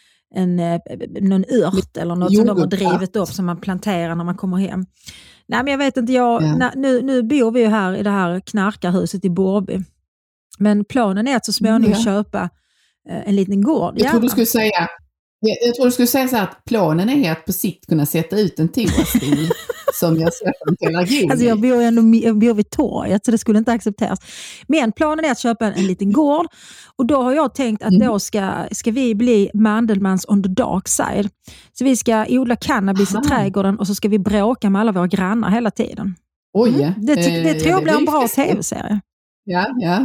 någon ört eller något som de har drivit upp som man planterar när man kommer hem. Nej, men jag vet inte, nu bor vi ju här i det här knarkarhuset i Borby. Men planen är att så småningom köpa en liten gård. Jag tror du skulle säga så här, att planen är att på sikt kunna sätta ut en toastil som jag sätter en pelargon. Alltså jag bor vid torget, så det skulle inte accepteras. Men planen är att köpa en liten gård, och då har jag tänkt att då ska vi bli Mandelmans on the dark side. Så vi ska odla cannabis i trädgården, och så ska vi bråka med alla våra grannar hela tiden. Oj! Det tror jag blir en bra tv-serie. Ja.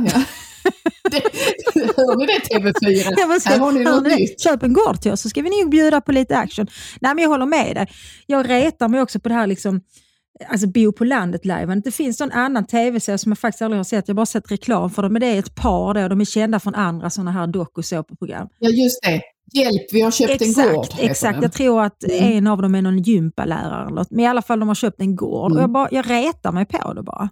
Hör ni det, TV4? Här har ni något nytt. Köp en gård till oss, så ska vi nog bjuda på lite action. Nej, men jag håller med dig. Jag retar mig också på det här liksom, alltså Bo på landet live. Det finns en annan tv-serie som jag faktiskt aldrig har sett. Jag har bara sett reklam för dem, men det är ett par där. De är kända från andra sådana här dokusåpaprogram. Ja, just det. Hjälp, vi har köpt en gård. Exakt, jag tror att en av dem är någon gympalärare eller något. Men i alla fall de har köpt en gård. Och jag retar mig på det bara.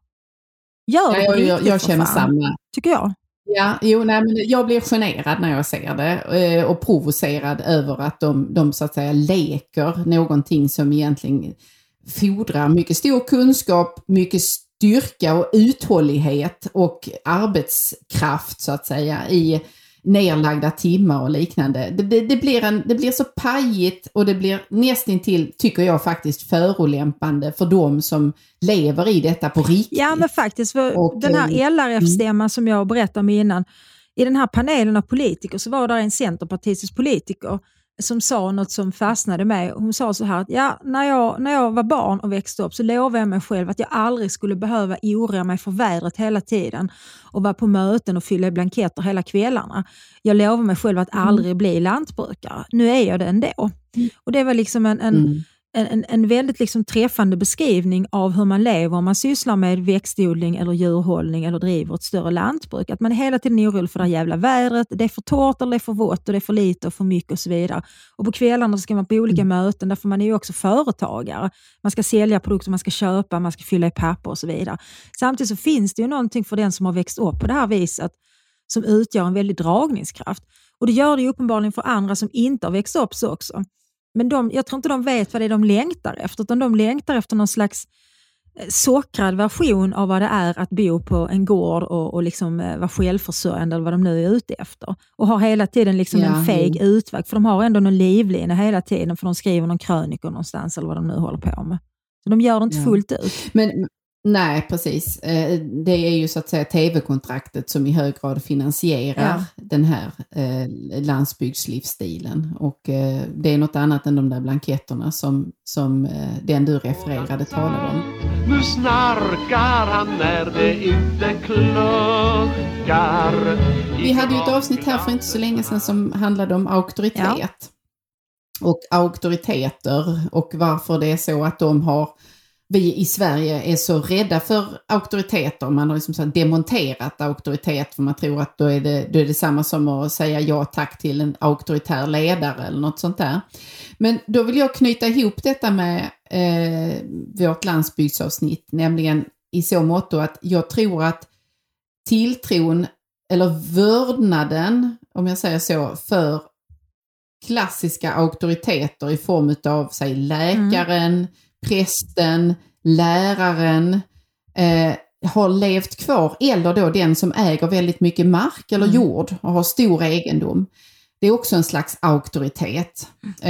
Jag känner samma. Tycker jag. Ja, men jag blir generad när jag ser det och provocerad över att de så att säga leker någonting som egentligen fordrar mycket stor kunskap, mycket styrka och uthållighet och arbetskraft så att säga i nedlagda timmar och liknande. Det blir så pajigt och det blir nästintill, tycker jag faktiskt, förolämpande för de som lever i detta på riktigt. Ja, men faktiskt, för den här LRF-stämman som jag berättade om innan, i den här panelen av politiker så var det en centerpartistisk politiker som sa något som fastnade mig. Hon sa så här att när jag var barn och växte upp så lovade jag mig själv att jag aldrig skulle behöva oroa mig för vädret hela tiden och vara på möten och fylla blanketter hela kvällarna. Jag lovade mig själv att aldrig bli lantbrukare. Nu är jag det ändå. Och det var liksom en väldigt liksom träffande beskrivning av hur man lever om man sysslar med växtodling eller djurhållning eller driver ett större lantbruk. Att man hela tiden är orolig för det här jävla vädret. Det är för torrt eller det är för vått och det är för lite och för mycket och så vidare. Och på kvällarna ska man på olika möten, därför man är ju också företagare. Man ska sälja produkter, man ska köpa, man ska fylla i papper och så vidare. Samtidigt så finns det ju någonting för den som har växt upp på det här viset som utgör en väldig dragningskraft. Och det gör det ju uppenbarligen för andra som inte har växt upp så också. Men jag tror inte de vet vad det är de längtar efter, utan de längtar efter någon slags sockrad version av vad det är att bo på en gård och liksom vara självförsörjande eller vad de nu är ute efter. Och har hela tiden liksom en feg utväg, för de har ändå någon livlina hela tiden, för de skriver någon krönika någonstans eller vad de nu håller på med. Så de gör det inte fullt ut. Nej, precis. Det är ju så att säga tv-kontraktet som i hög grad finansierar den här landsbygdslivsstilen. Och det är något annat än de där blanketterna som den du refererade talade om. Nu snarkar han när det inte kluckar. Vi hade ju ett avsnitt här för inte så länge sedan som handlade om auktoritet. Och auktoriteter och varför det är så att vi i Sverige är så rädda för auktoriteter. Man har liksom så demonterat auktoritet, för man tror att då är det samma som att säga ja tack till en auktoritär ledare eller något sånt där. Men då vill jag knyta ihop detta med vårt landsbygdsavsnitt, nämligen i så mått att jag tror att tilltron eller vördnaden, om jag säger så, för klassiska auktoriteter i form av säg läkaren, prästen, läraren har levt kvar, eller då den som äger väldigt mycket mark eller jord och har stor egendom. Det är också en slags auktoritet.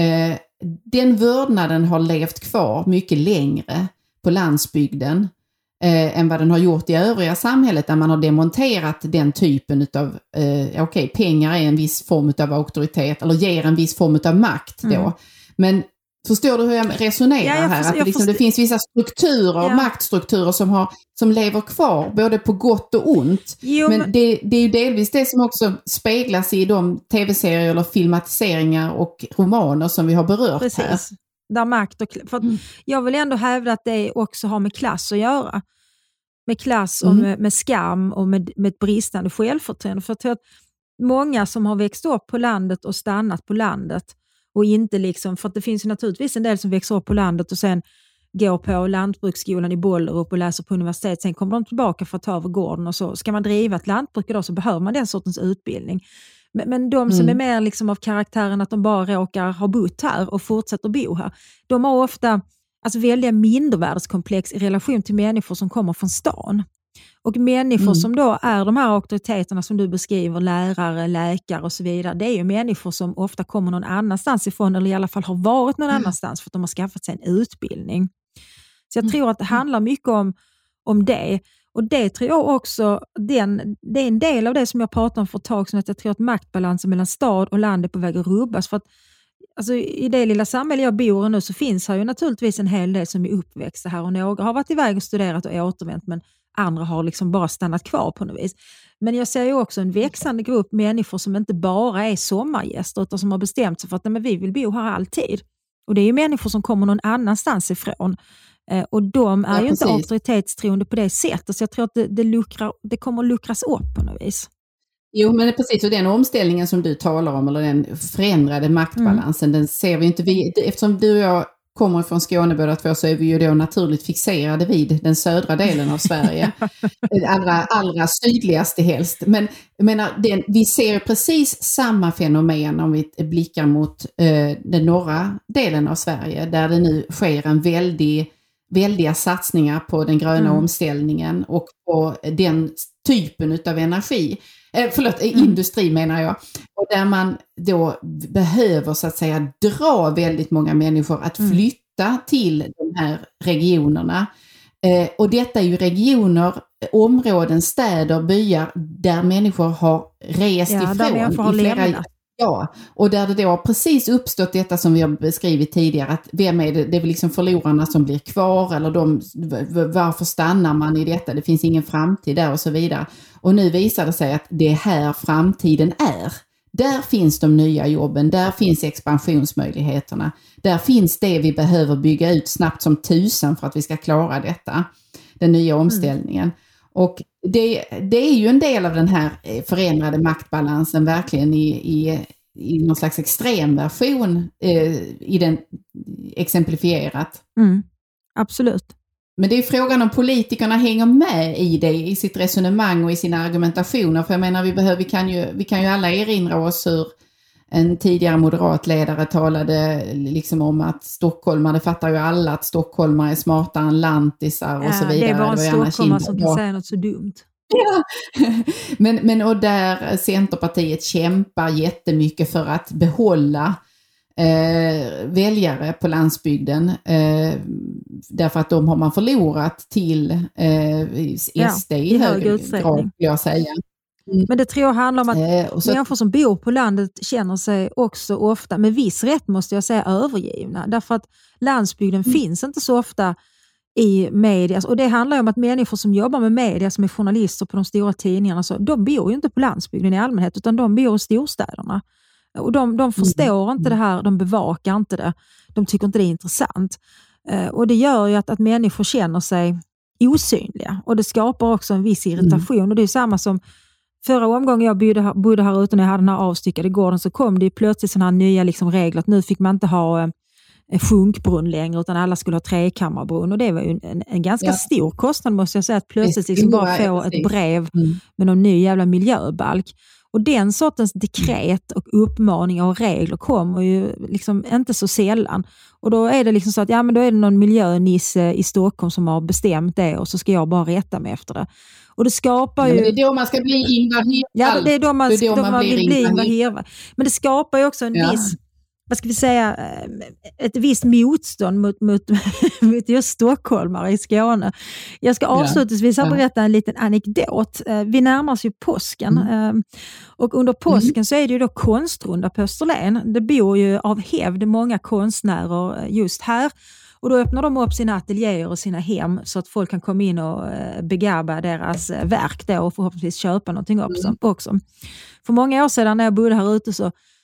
Den vördnaden har levt kvar mycket längre på landsbygden än vad den har gjort i övriga samhället, där man har demonterat den typen av, pengar är en viss form av auktoritet eller ger en viss form av makt då. Men förstår du hur jag resonerar här? Att liksom det finns vissa strukturer, maktstrukturer som lever kvar, både på gott och ont. Men det är ju delvis det som också speglas i de tv-serier eller filmatiseringar och romaner som vi har berört här. Där makt och för jag vill ändå hävda att det också har med klass att göra. Med klass och med skam och med ett bristande självförtroende. För jag tror att många som har växt upp på landet och stannat på landet och inte liksom, för att det finns ju naturligtvis en del som växer upp på landet och sen går på lantbruksskolan i Bollerup och läser på universitet. Sen kommer de tillbaka för att ta över gården, och så ska man driva ett lantbruk idag så behöver man den sortens utbildning. Men de som är mer liksom av karaktären att de bara råkar ha bott här och fortsätter bo här, de har ofta väldiga mindervärdeskomplex i relation till människor som kommer från stan. Och människor som då är de här auktoriteterna som du beskriver, lärare, läkare och så vidare, det är ju människor som ofta kommer någon annanstans ifrån, eller i alla fall har varit någon annanstans för att de har skaffat sig en utbildning. Så jag tror att det handlar mycket om det. Och det tror jag också, det är en del av det som jag pratade om för ett tag sedan, att jag tror att maktbalansen mellan stad och land är på väg att rubbas. För att i det lilla samhälle jag bor i nu så finns här ju naturligtvis en hel del som är uppväxta här, och några har varit iväg och studerat och återvänt, men andra har liksom bara stannat kvar på något vis. Men jag ser ju också en växande grupp människor som inte bara är sommargäster, utan som har bestämt sig för att vi vill bo här alltid. Och det är ju människor som kommer någon annanstans ifrån. Och de är ju inte auktoritetstroende på det sättet. Så jag tror att det kommer luckras upp på något vis. Jo, men precis, och den omställningen som du talar om, eller den förändrade maktbalansen, den ser vi inte. Eftersom du och jag kommer från Skåne båda två, så är vi ju då naturligt fixerade vid den södra delen av Sverige. allra sydligaste helst. Men jag menar, vi ser precis samma fenomen om vi blickar mot den norra delen av Sverige, där det nu sker en väldiga satsningar på den gröna omställningen och på den typen av energi. Industri menar jag. Och där man då behöver så att säga dra väldigt många människor att flytta till de här regionerna. Och detta är ju regioner, områden, städer, byar där människor har rest ifrån. Där människor har lämnat. Ja, och där det då har precis uppstått detta som vi har beskrivit tidigare, att vem är det? Det är väl liksom förlorarna som blir kvar, eller varför stannar man i detta? Det finns ingen framtid där och så vidare. Och nu visar det sig att det är här framtiden är. Där finns de nya jobben, där finns expansionsmöjligheterna, där finns det vi behöver bygga ut snabbt som tusan för att vi ska klara detta, den nya omställningen. Och det är ju en del av den här förändrade maktbalansen verkligen i någon slags extremversion i den exemplifierat. Absolut. Men det är frågan om politikerna hänger med i det, i sitt resonemang och i sina argumentationer. För jag menar, vi kan ju alla erinra oss hur en tidigare moderatledare talade liksom om att stockholmare, det fattar ju alla att stockholmare är smartare än lantisar och så vidare. Det är bara en stockholmare som kan säga något så dumt. Ja. men och där Centerpartiet kämpar jättemycket för att behålla väljare på landsbygden, därför att de har man förlorat till SD i hög grad, skulle jag säga. Men det tror jag handlar om att människor som bor på landet känner sig också ofta, med viss rätt måste jag säga, övergivna. Därför att landsbygden finns inte så ofta i media. Och det handlar om att människor som jobbar med media, som är journalister på de stora tidningarna, så, de bor ju inte på landsbygden i allmänhet, utan de bor i storstäderna. Och de förstår inte det här, de bevakar inte det. De tycker inte det är intressant. Och det gör ju att människor känner sig osynliga. Och det skapar också en viss irritation. Och det är samma som förra omgången jag bodde här ute, när jag hade den här avstyckade gården, så kom det plötsligt sådana här nya liksom regler att nu fick man inte ha en sjunkbrunn längre, utan alla skulle ha trekammarbrunn. Och det var ju en ganska stor kostnad, måste jag säga, att plötsligt liksom bara få ett brev med någon ny jävla miljöbalk. Och den sortens dekret och uppmaningar och regler kommer ju liksom inte så sällan. Och då är det liksom så att men då är det någon miljönisse i Stockholm som har bestämt det, och så ska jag bara rätta mig efter det. Och det skapar ju... Men det är då man ska bli Ingvar Hirdwall. Ja, det är då man vill bli Ingvar Hirdwall. Men det skapar ju också en viss, vad ska vi säga, ett visst motstånd mot just stockholmare i Skåne. Jag ska avslutningsvis berätta en liten anekdot. Vi närmar oss ju påsken. Och under påsken så är det ju då konstrunda på Österlen. Det bor ju av hävd många konstnärer just här. Och då öppnar de upp sina ateljéer och sina hem så att folk kan komma in och begärba deras verk då, och förhoppningsvis köpa någonting också. För många år sedan när jag bodde här ute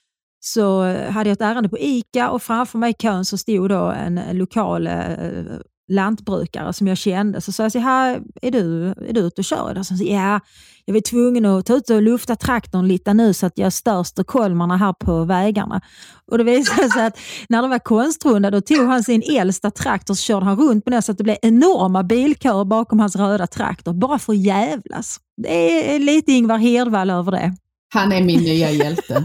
så hade jag ett ärende på ICA, och framför mig i kön så stod då en lokal lantbrukare som jag kände. Så sa jag, här är du ute och kör idag? Så jag var tvungen att ta ut och lufta traktorn lite nu så att jag stör stockholmarna här på vägarna. Och det visade sig att när det var konstrunda, då tog han sin äldsta traktor, så körde han runt på den så att det blev enorma bilköer bakom hans röda traktor, bara för att jävlas. Det är lite Ingvar Hirdwall över det. Han är min nya hjälte.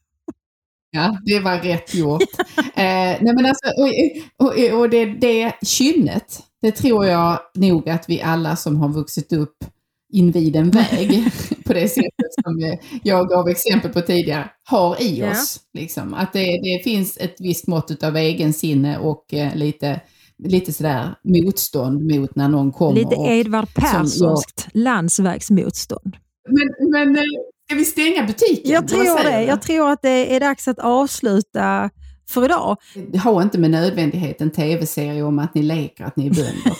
Ja, det var rätt gjort. Nej, men alltså, och det kynnet, det tror jag nog att vi alla som har vuxit upp invid en väg på det sättet som jag gav exempel på tidigare, har i oss. Liksom. Att det finns ett visst mått av egensinne och lite sådär motstånd mot när någon kommer. Lite Edvard Perssonskt landsvägsmotstånd. Men ska vi stänga butiken? Jag tror det. Jag tror att det är dags att avsluta för idag. Ha inte med nödvändighet en tv-serie om att ni leker att ni är bönder.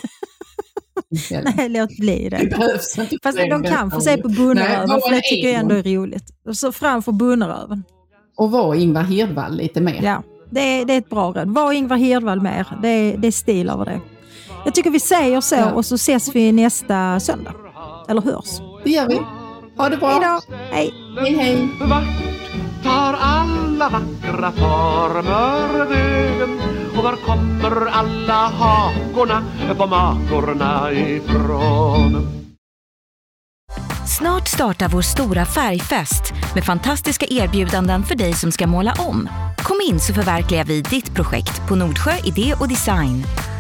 Nej, låt bli det. Det behövs inte. Fast de kan få se på Bunneröven, för det tycker jag ändå är roligt. Och så framför Bunneröven. Och var Ingvar Hirdwall lite mer. Ja, det är ett bra råd. Var Ingvar Hirdwall mer. Det är stil över det. Jag tycker vi säger så och så ses vi nästa söndag. Eller hörs. Det gör vi. Ha det bra. Hejdå. Hej. Hej, hej. Vart tar alla vackra former vägen? Och var kommer alla hakorna på makorna ifrån? Snart startar vår stora färgfest med fantastiska erbjudanden för dig som ska måla om. Kom in så förverkligar vi ditt projekt på Nordsjö Idé och Design.